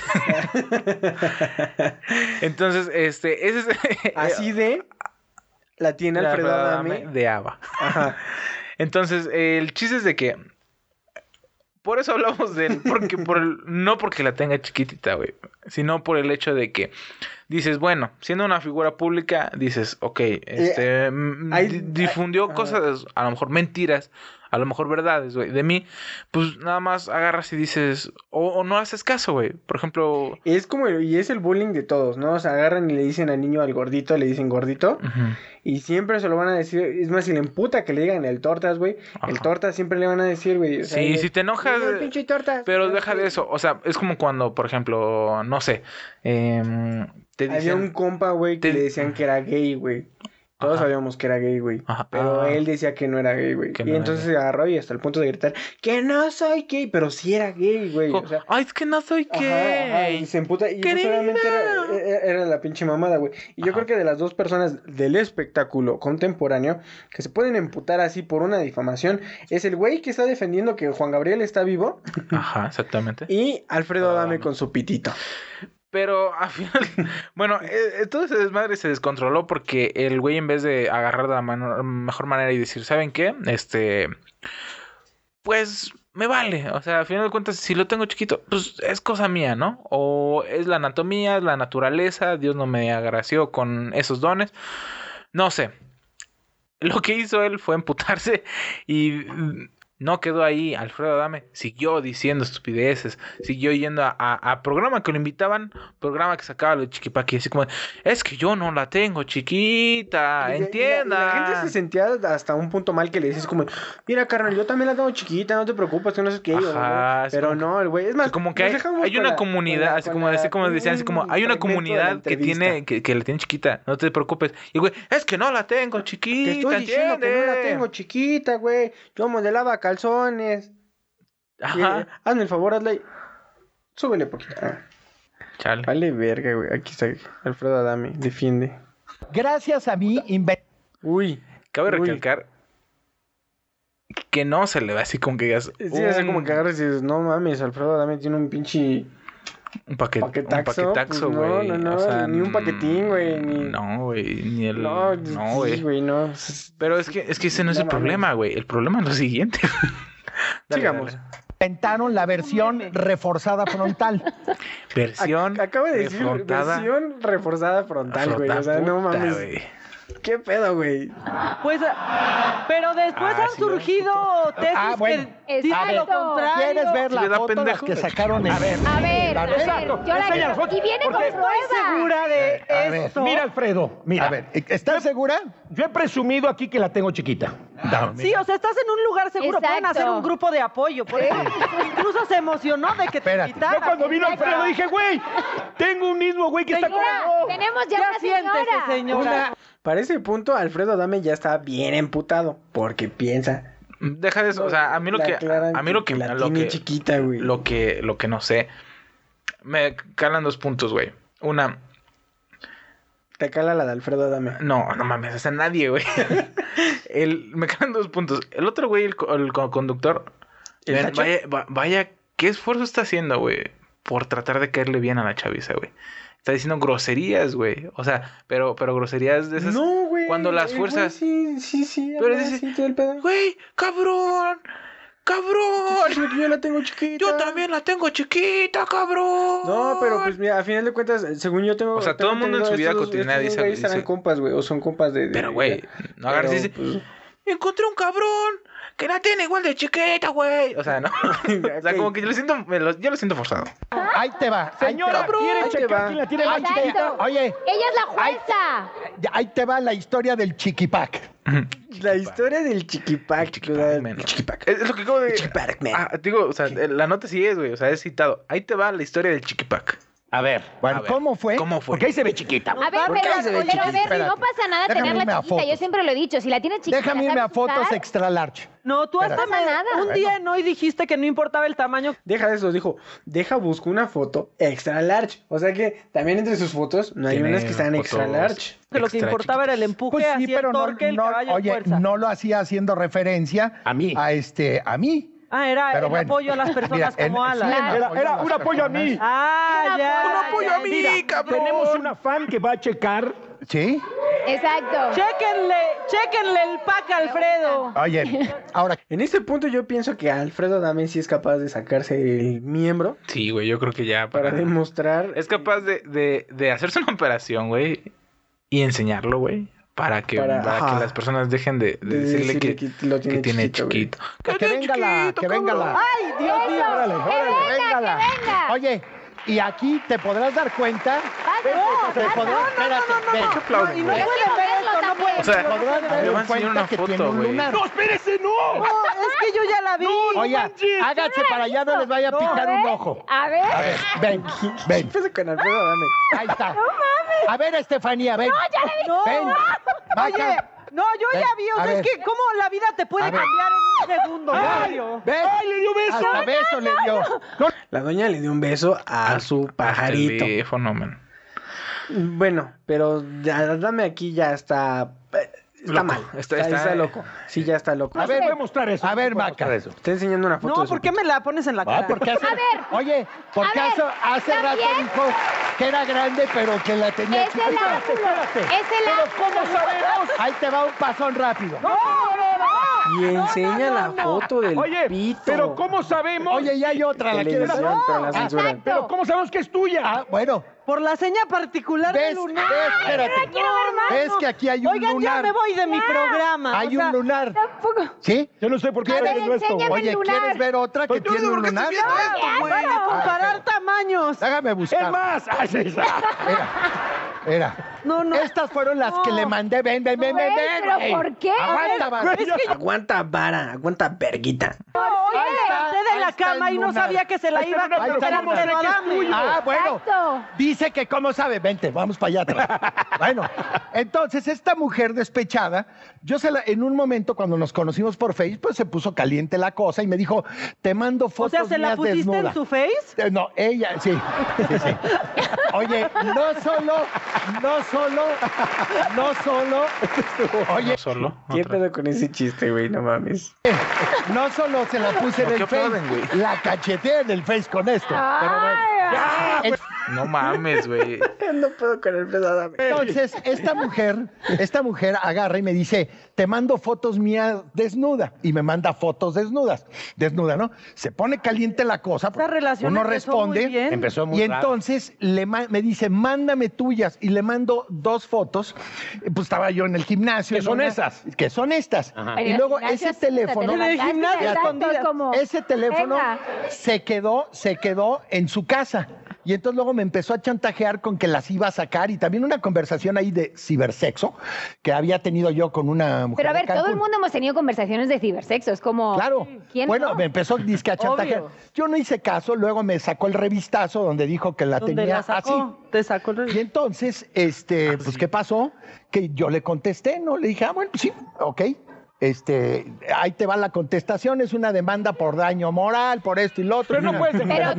Entonces, este, ese es Así de... La tiene de Alfredo Adame. de ABBA. Ajá. Entonces, eh, el chiste es de que por eso hablamos de él, porque por el- no porque la tenga chiquitita, güey, sino por el hecho de que dices, bueno, siendo una figura pública, dices, ok, este, mm, hay- di- difundió hay- cosas, a lo mejor mentiras, a lo mejor verdades, güey, de mí, pues nada más agarras y dices, o, o no haces caso, güey, por ejemplo, Es como... Y es el bullying de todos, ¿no? O sea, agarran y le dicen al niño, al gordito, le dicen gordito. ujú, Y siempre se lo van a decir. Es más, si le emputa que le digan el tortas, güey. El Ajá. tortas siempre le van a decir, güey. O sea, sí, el- si te enojas, el pinche tortas. pero deja de eso, o sea, es como cuando, por ejemplo, no sé, em, te Había dicen... un compa, güey, que te- le decían que era gay, güey. Todos Ajá. sabíamos que era gay, güey. Ajá. Pero Ah. él decía que no era gay, güey. Que Y no era entonces gay. se agarró y hasta el punto de gritar que no soy gay, pero sí era gay, güey. O sea, Ay, es que no soy ajá, gay. ajá, y se emputa. Y no ¡Querida! solamente era, era- era la pinche mamada, güey. Y yo Ajá. creo que de las dos personas del espectáculo contemporáneo que se pueden emputar así por una difamación es el güey que está defendiendo que Juan Gabriel está vivo Ajá, exactamente. y Alfredo Adame. Adame con su pitito. Pero al final, bueno, eh, todo ese desmadre se descontroló porque el güey en vez de agarrar de la mano- mejor manera y decir, ¿saben qué? Este, pues me vale. O sea, al final de cuentas, si lo tengo chiquito, pues es cosa mía, ¿no? O es la anatomía, es la naturaleza, Dios no me agració con esos dones. No sé. Lo que hizo él fue emputarse y mm, No quedó ahí. Alfredo Adame siguió diciendo estupideces. Siguió yendo a, a, a programa que lo invitaban. Programa que sacaba lo de Chiquipaqui. Así como, es que yo no la tengo chiquita. Y- y- Entienda. Y la, y la gente se sentía hasta un punto mal que le dices como, mira, carnal, yo también la tengo chiquita, no te preocupes, tú no sé qué. Ajá, es pero como- no, el güey, es más, como que nos hay, dejamos hay con una la- comunidad, con la- así con como, la- así como decían, así como, un hay una fragmento de la comunidad que entrevista. tiene, que, que la tiene chiquita, no te preocupes. Y güey, es que no la tengo chiquita, Te estoy diciendo que no la ¿entiendes? tengo chiquita, güey. Yo modelaba calzones. Ajá. Y, hazme el favor, hazle. Súbele poquito. Ah. Chale. Vale, verga, güey. Aquí está Alfredo Adame. Defiende. Gracias a mí, inve- Uy. Cabe Uy. recalcar que no se le ve así como que digas Sí, así un- como que agarras y dices, no mames, Alfredo Adame tiene un pinche un, paquet, un paquetaxo. paquetaxo, pues, güey. no, no, no, o sea, ni un paquetín, güey. Ni... No, güey, ni el... No, No, güey. sí, güey, no. Pero es que, es que ese no es No el mames. problema, güey. El problema es lo siguiente. Dale, Sigamos. dale. inventaron la versión reforzada frontal. Versión Ac- Acaba de decir refrontada. versión reforzada frontal, güey. O sea, no Puta, mames. güey. ¿Qué pedo, güey? Pues, pero después Ah, han sí, ¿no? surgido tesis Ah, bueno. que dicen A ver, lo contrario. ¿quieres ver Sí, la le da foto de las pendejo. que sacaron en... A ver, A ver, a ver, Exacto. yo la Enseña las quiero. fotos, Y viene con porque Estoy pruebas. segura de A ver, esto. Mira, Alfredo, mira. A ver, ¿estás segura? Yo he presumido aquí que la tengo chiquita. Sí, o sea, estás en un lugar seguro. Pueden Exacto. hacer un grupo de apoyo. Por eso incluso se emocionó de que te Espérate. invitaran. Yo cuando vino Exacto. Alfredo dije, güey, tengo un mismo güey que está Señora, como... tenemos ya, Ya una siéntese, señora. señora. Una- Para ese punto, Alfredo Adame ya está bien emputado. Porque piensa. Deja de eso, o sea, a mí lo Le que aclaran a mí lo que la lo tiene que chiquita, güey. lo que lo que no sé me calan dos puntos, güey. Una, Te cala la de Alfredo Adame. no, no mames, o sea, nadie, güey. El me calan dos puntos. El otro güey, el, co- el co- conductor, ¿El ven, Sacha? vaya va- vaya qué esfuerzo está haciendo, güey, por tratar de caerle bien a la chaviza, güey. Está diciendo groserías, güey. O sea, pero pero groserías de esas No, güey. cuando las el güey fuerzas Sí, sí, sí. Pero habla dice, así todo el pedo. güey, cabrón. Cabrón. Dice que yo la tengo chiquita. Yo también la tengo chiquita, cabrón. No, pero pues mira, a final de cuentas, según yo tengo. O sea, tengo todo el mundo en entendido, su vida estos- cotidiana estos dos dice- güeyes serán dice- compas, güey, o son compas de. de- Pero, güey, no agarres y pero, dices, pues, encontré un cabrón que la tiene igual de chiquita, güey. O sea, no. O sea, como que yo lo siento, me lo- yo lo siento forzado. Ahí te va. ahí Señora, te va. ¿quiere ahí te checar va. quién la tiene más Exacto. chiquita? Oye, Ella es la jueza. ya, ahí te va la historia del Chiquipac. La historia del Chiquipac. Chiquipac, o sea, man. el Chiquipac. Es, es lo que acabo de... Chiquipac, man. Ah, digo, o sea, la nota sí es, güey. O sea, es citado. Ahí te va la historia del Chiquipac. A ver, Bueno, A ver, ¿cómo fue? ¿Cómo fue? porque ahí se ve chiquita. A ver, ¿Por qué pero, se ve pero chiquita? a ver, Espérate. no pasa nada Déjame irme tenerla a chiquita. Yo fotos. siempre lo he dicho. Si la tienes chiquita, Déjame la irme a sabes fotos usar. extra large. No, tú hasta No pasa me- nada. un día no y dijiste que no importaba el tamaño. Deja de eso, dijo, deja busco una foto extra large. O sea que también entre sus fotos no hay Tiene unas que están extra fotos large. Que lo que extra importaba era el empuje, Pues sí, así pero el no, torque, el no- caballo, oye, fuerza. no lo hacía haciendo referencia A mí. a este, a mí. Ah, era Pero el bueno. apoyo a las personas Mira, en- como sí, Alan. en Era, apoyo a era las un apoyo a mí. personas. Ah, ya. Un apoyo a mí, Mira, cabrón. tenemos una fan que va a checar. ¿Sí? Exacto. Chéquenle, chéquenle el pack a Alfredo. Oye, ahora, En este punto yo pienso que Alfredo Adame sí es capaz de sacarse el miembro Sí, güey, yo creo que ya para para... demostrar. Es capaz de, de, de hacerse una operación, güey, y enseñarlo, güey, para que, Para- para, ajá. que las personas dejen de, de de decirle, decirle que, que lo tiene que tiene chiquito, güey. chiquito. que, tiene venga la, chiquito, que venga cabrón? la. Ay, Dios mío. Órale, órale, venga, véngala. que venga. Oye, y aquí te podrás dar cuenta. Vas, te vas, podrás, vas. espérate, ve, ¿Por qué aplauden, Y no güey? pueden ver esto, no pueden O sea, verlo, no podrás pueden dar me verlo. van a enseñar cuenta una que foto, tiene un güey. lunar. ¡No, espérese, no! No, es que yo ya la vi. Oye, manches. háganse para allá, no les vaya a No, picar A un ver, ojo. A ver. A ver, ven, ven. ¿Qué pasa con Alfredo Adame? Ahí está. A ver, Estefanía, ven. No, ya la vi. No. Ven. Oye, Baja. no, yo Ven, ya vi. O a sea, es ver. que cómo la vida te puede A ver. cambiar en un segundo. Mario. Ven. ¡Ay, le dio beso! Hasta beso le dio. No, La doña le dio un beso a su pajarito. Teléfono, man. Bueno, pero ya, dame aquí ya está. Está Loco. mal. Está- Está, está, está- loco. Sí, ya está loco. A ver, Voy a mostrar eso. a ver, voy a Maca. mostrar eso. Está enseñando una foto. No, de su ¿por qué me la pones en la Ah, cara? porque hace, A ver. oye, porque A ver, hace, hace rato ¿también? dijo que era grande, pero que la tenía Es el chiquita. ángulo. Es el ¿Cómo ángulo. sabemos? Ahí te va un pasón rápido. Y enseña la foto del Oye, pito. pero ¿cómo sabemos? Oye, ya hay otra, ¿la quieres ver? Televisión, pero la Ah, censuran. Exacto. Pero ¿cómo sabemos que es tuya? Ah, bueno, Por la seña particular ¿Ves? del lunar. ¿Ves? Espérate. Ay, quiero ver más. ¿Ves que aquí hay un Oigan, lunar? ya me voy de mi programa. Hay o sea, un lunar. Tampoco. ¿Sí? Yo no sé por qué A estoy ver, viendo esto. enséñame el Oye, lunar. ¿quieres ver otra que Pues, tiene ¿por un qué lunar? estoy viendo esto, Ay, güey? para comparar tamaños. Déjame buscar. Es más. Ay, sí, sí. Mira, mira. No, no. Estas fueron las No. que le mandé. Ven, ven, ven, ven, Güey, ven. ¿pero güey. por qué? Aguanta, vara. Es que yo Aguanta vara, aguanta verguita. me está, levanté de ahí la está cama el y no lunar. sabía que se la Ahí iba está el a lunar, pero ¿cómo sé que es tuyo? Ah, bueno. Exacto. Dice que cómo sabe. Vente, vamos para allá atrás. Bueno, entonces esta mujer despechada, yo se la, en un momento cuando nos conocimos por Facebook, pues se puso caliente la cosa y me dijo, te mando O fotos sea, ¿se la mías pusiste desnuda. en su face? Eh, No, ella, sí, sí, sí. Oye, no solo, no solo, no solo, oye, No solo. ¿Qué Otra. pedo con ese chiste, güey? No mames. no solo se la puse en No, el ¿qué Face, aplauden, güey? la cacheteé en el Face con esto. Pero bueno. Ay, En- No mames, güey. No puedo con el pedo, dame. Entonces, esta mujer, esta mujer agarra y me dice, te mando fotos mías desnuda. Y me manda fotos desnudas. Desnuda, ¿no? Se pone caliente la cosa. Esta relación uno empezó responde. muy bien. Empezó muy Y raro. entonces le ma- me dice, mándame tuyas. Y le mando dos fotos. Pues estaba yo en el gimnasio. ¿Qué en son una- esas? Que son estas. Pero Y en luego el gimnasio ese así, te teléfono. En el levantaste, gimnasio, exacto, escondidas. como, Ese teléfono venga. se quedó, se quedó en su casa. Y entonces luego me empezó a chantajear con que las iba a sacar y también una conversación ahí de cibersexo que había tenido yo con una mujer. Pero a de ver, todo el Cancún. mundo hemos tenido conversaciones de cibersexo. Es como. Claro. ¿Quién Bueno, no? me empezó disque a chantajear. Obvio. Yo no hice caso, luego me sacó el revistazo donde dijo que la ¿Dónde tenía la sacó? así. Te sacó el Y entonces, este, pues, ¿qué pasó? Que yo le contesté, ¿no? Le dije, ah, bueno, pues sí, ok. Este, ahí te va la contestación, es una demanda por daño moral, por esto y lo otro. Pero no puede ser. Pero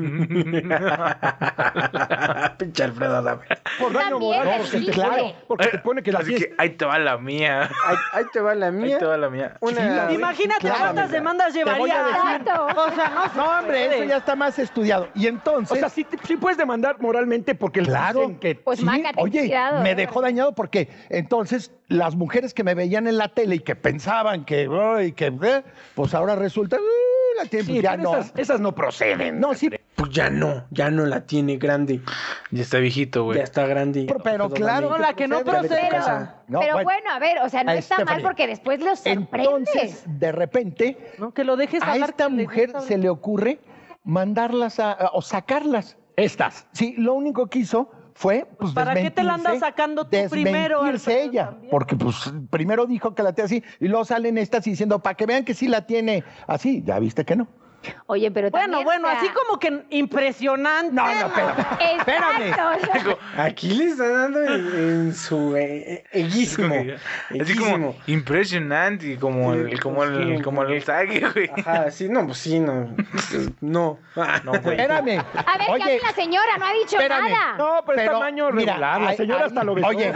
Pinche Alfredo, dame. Por daño también moral. el Porque, chiste. claro, porque te pone que la Así fiesta... que ahí te va la mía. Ahí, ahí te va la mía. Ahí te va la mía. Una... Sí, la- Imagínate Claro, cuántas mira, demandas te voy a llevaría. decir- Exacto. O sea, no, se No, hombre, puede. eso ya está más estudiado. Y O entonces, sea, sí, te- sí puedes demandar moralmente porque el claro, dicen que... Pues sí, mácate, oye, cuidado, me eh. dejó dañado porque entonces las mujeres que me veían en la tele y que pensaban que, ay, que, eh, pues ahora resulta, uh, la tienen, Sí, pues ya pero no. esas, esas no proceden. No, sí, Pues ya no, ya no la tiene grande. Ya está viejito, güey. Ya está grande. Pero- pero Alfredo, claro dame. No, la que no procede. procede. Pero, No, pero bueno. bueno, a ver, o sea, no A está mal Stephanie. porque después los sorprendes. entonces, de repente, No, que lo dejes a hablar, esta que le mujer gusta se le ocurre mandarlas a, a- o sacarlas. Estas. Sí, lo único que hizo fue, pues, ¿Para qué te la andas desmentirse- sacando tú primero, desmentirse Alfredo, ella, también? porque pues primero dijo que la tiene así y luego salen estas diciendo para que vean que sí la tiene así, ya viste que no. Oye, pero Bueno, también, bueno, o sea, así como que impresionante. No, no, pero espérame. Exacto. Aquí le está dando en, en su eh, eguísimo. Así como impresionante, como el, como el, como el saque, güey. Ajá, sí, no, pues sí, no. No. No, güey. Espérame. A ver, ¿qué Oye, hace la señora? No ha dicho espérame. nada. No, pero, es Pero, tamaño mira, regular. La ay, señora ay, hasta lo besó. Oye,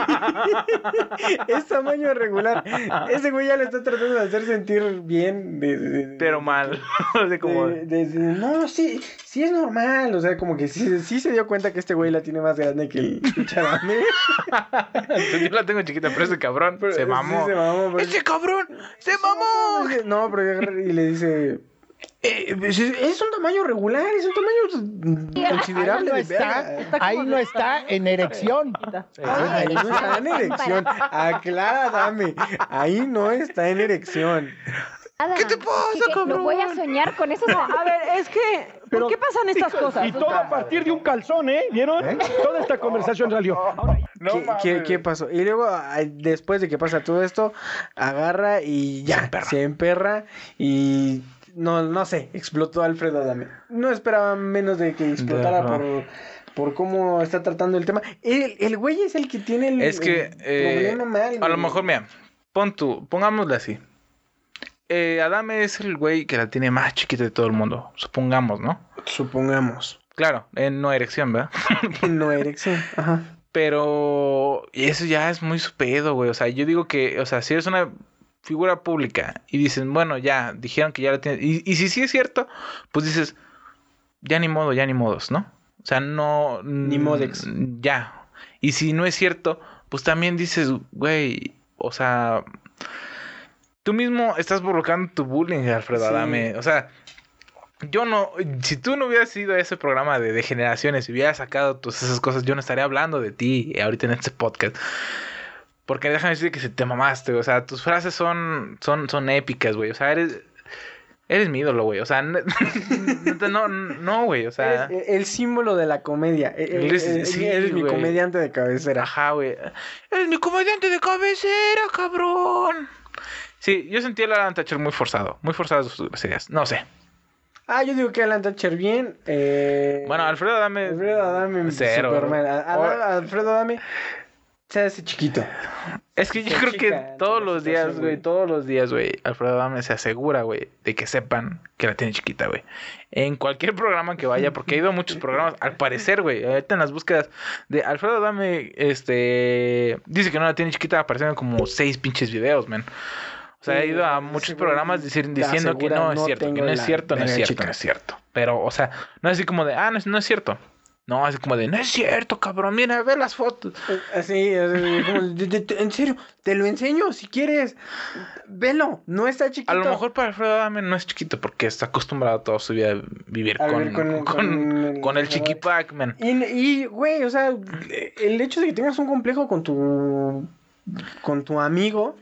Es tamaño regular. Ese güey ya le está tratando de hacer sentir bien. De, de- de- Pero mal. Así como... de- de- de- no, sí, sí es normal. O sea, como que sí, sí se dio cuenta que este güey la tiene más grande que el Charame. Yo la tengo chiquita, pero ese cabrón Pero- se mamó. sí, se mamó, pero- ¡Ese cabrón se mamó! No, pero agarra y le dice. Eh, es, es un tamaño regular, es un tamaño considerable no de está, verga. ahí no está en erección. Ahí no está en erección. Aclara, dame. Ahí no está en erección. Nada. ¿Qué te pasa, Que- que cabrón? No voy a soñar con eso. A ver, es que, ¿por qué pasan estas cosas? Y todo a partir de un calzón, ¿eh? ¿Vieron? Toda esta conversación salió. Ahora, No ¿Qué, mames. qué- qué pasó? Y luego, ay, después de que pasa todo esto, agarra y ya, se emperra, y no, no sé, explotó Alfredo Adame. No esperaba menos de que explotara De por, verdad. por cómo está tratando el tema. El, el güey es el que tiene el, Es que, el eh, problema mal. a lo güey. mejor, mira, pon tú, pongámoslo así. Eh, Adame es el güey que la tiene más chiquita de todo el mundo, supongamos, ¿no? Supongamos. Claro, en no erección, ¿verdad? No erección, ajá. Pero y eso ya es muy su pedo, güey. O sea, yo digo que, o sea, si eres una figura pública y dicen, bueno, ya, dijeron que ya la tienes. Y, y si sí es cierto, pues dices, ya ni modo, ya ni modos, ¿no? O sea, no... Ni modex. Ya. Y si no es cierto, pues también dices, güey, o sea... Tú mismo estás provocando tu bullying, Alfredo Sí. Adame. O sea, yo no, si tú no hubieras sido ese programa de, de generaciones y hubieras sacado todas esas cosas, yo no estaría hablando de ti ahorita en este podcast. Porque déjame decir que se te mamaste, o sea, tus frases son, son, son épicas, güey. O sea, eres, eres mi ídolo, güey. O sea, no, no, no, güey. O sea, eres el símbolo de la comedia. Eres, eres, sí, eres mi comediante de cabecera. Ajá, güey. Eres mi comediante de cabecera, cabrón. Sí, yo sentí el Alan Thatcher muy forzado. Muy forzado sus groserías. No sé. Ah, yo digo que Alan Thatcher bien. Eh... Bueno, Alfredo Adame. Alfredo Adame. Cero. Superman. A, a, Alfredo Adame. Se hace chiquito. Es que yo creo que todos los días, güey, todos los días, güey, Alfredo Adame se asegura, güey, de que sepan que la tiene chiquita, güey. En cualquier programa que vaya, porque he ido a muchos programas, al parecer, güey, ahorita en las búsquedas de Alfredo Adame, este, dice que no la tiene chiquita, aparecen como seis pinches videos, man. O sea, he ido a muchos programas decir, diciendo que no es cierto, que no es cierto, no es cierto, no es cierto. Pero, o sea, no es así como de, ah, no es, no es cierto. No, así como de, no es cierto, cabrón, mira, ve las fotos. Así, así como, de, de, de, en serio, te lo enseño si quieres. Velo, no está chiquito. A lo mejor para Alfredo Adame no es chiquito porque está acostumbrado toda su vida a vivir a con, con, con, con, el, con el chiquipac, man. Y, güey, o sea, el hecho de que tengas un complejo con tu, con tu amigo...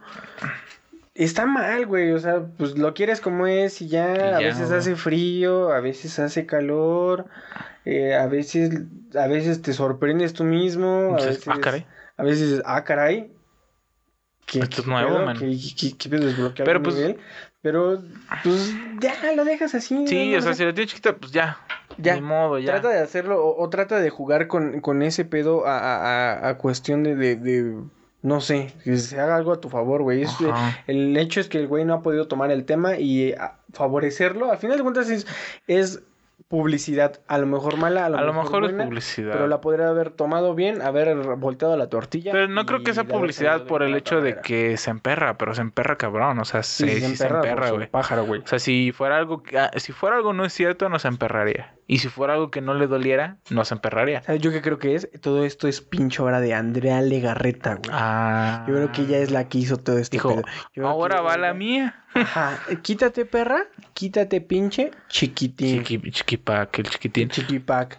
Está mal, güey, o sea, pues lo quieres como es y ya, y ya a veces güey. Hace frío, a veces hace calor, eh, a veces a veces te sorprendes tú mismo, a veces, ah, caray. A veces, ah, caray, ¿Qué, Esto es nuevo, pedo? man. ¿Qué, qué, qué pedo desbloquear Pero pues, nivel? Pero, pues, ya lo dejas así. Sí, ¿no? o sea, si lo tienes chiquita, pues ya, ya. Ni modo, ya. Trata de hacerlo, o, o trata de jugar con, con ese pedo a, a, a, a cuestión de... de, de no sé, que se haga algo a tu favor, güey. Es, el hecho es que el güey no ha podido tomar el tema y a, favorecerlo. Al final de cuentas es, es publicidad. A lo mejor mala, a lo, a lo mejor, mejor buena, es publicidad. Pero la podría haber tomado bien, haber volteado la tortilla. Pero no creo que sea publicidad por el hecho de que se emperra, pero se emperra cabrón. O sea, sí, sí, sí se emperra, güey. Pájaro, güey. O sea, si fuera algo, si fuera algo no es cierto, no se emperraría. Y si fuera algo que no le doliera, no se emperraría. ¿Sabes yo qué creo que es? Todo esto es pinche obra de Andrea Legarreta, güey. Ah. Yo creo que ella es la que hizo todo esto. Dijo, ahora va la mía. Ajá. Quítate, perra. Quítate, pinche chiquitín. Chiqui, chiquipac, el chiquitín. El chiquipac.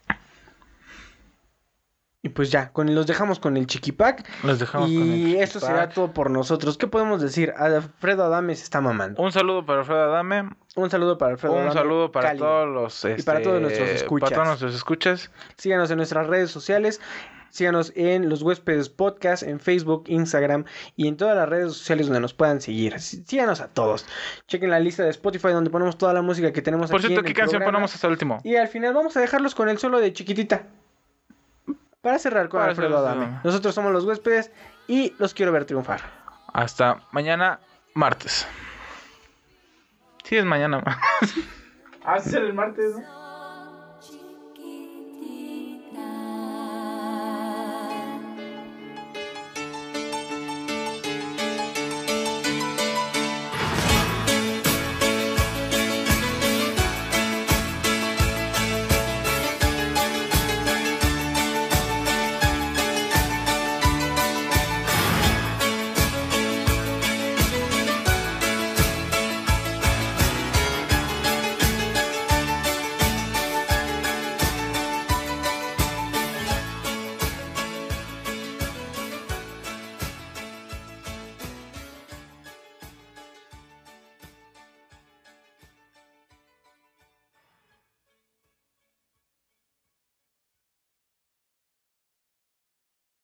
Y pues ya, con, los dejamos con el chiquipac. Los dejamos y con el chiquipac. Y esto será todo por nosotros. ¿Qué podemos decir? Alfredo Adame se está mamando. Un saludo para Alfredo Adame. Un saludo para Alfredo Un Adame. saludo para cálido. todos los... Este, y para todos nuestros escuchas. Para todos nuestros escuchas. Síganos en nuestras redes sociales. Síganos en Los Huéspedes Podcast, en Facebook, Instagram y en todas las redes sociales donde nos puedan seguir. Síganos a todos. Chequen la lista de Spotify donde ponemos toda la música que tenemos Por aquí cierto, en ¿qué el canción programa. ponemos hasta el último? Y al final vamos a dejarlos con el solo de Chiquitita. Para cerrar con Para Alfredo cerrar. Adame. Nosotros somos Los Huéspedes y los quiero ver triunfar. Hasta mañana, martes. Sí, es mañana. Ah, ¿sí es el martes, no?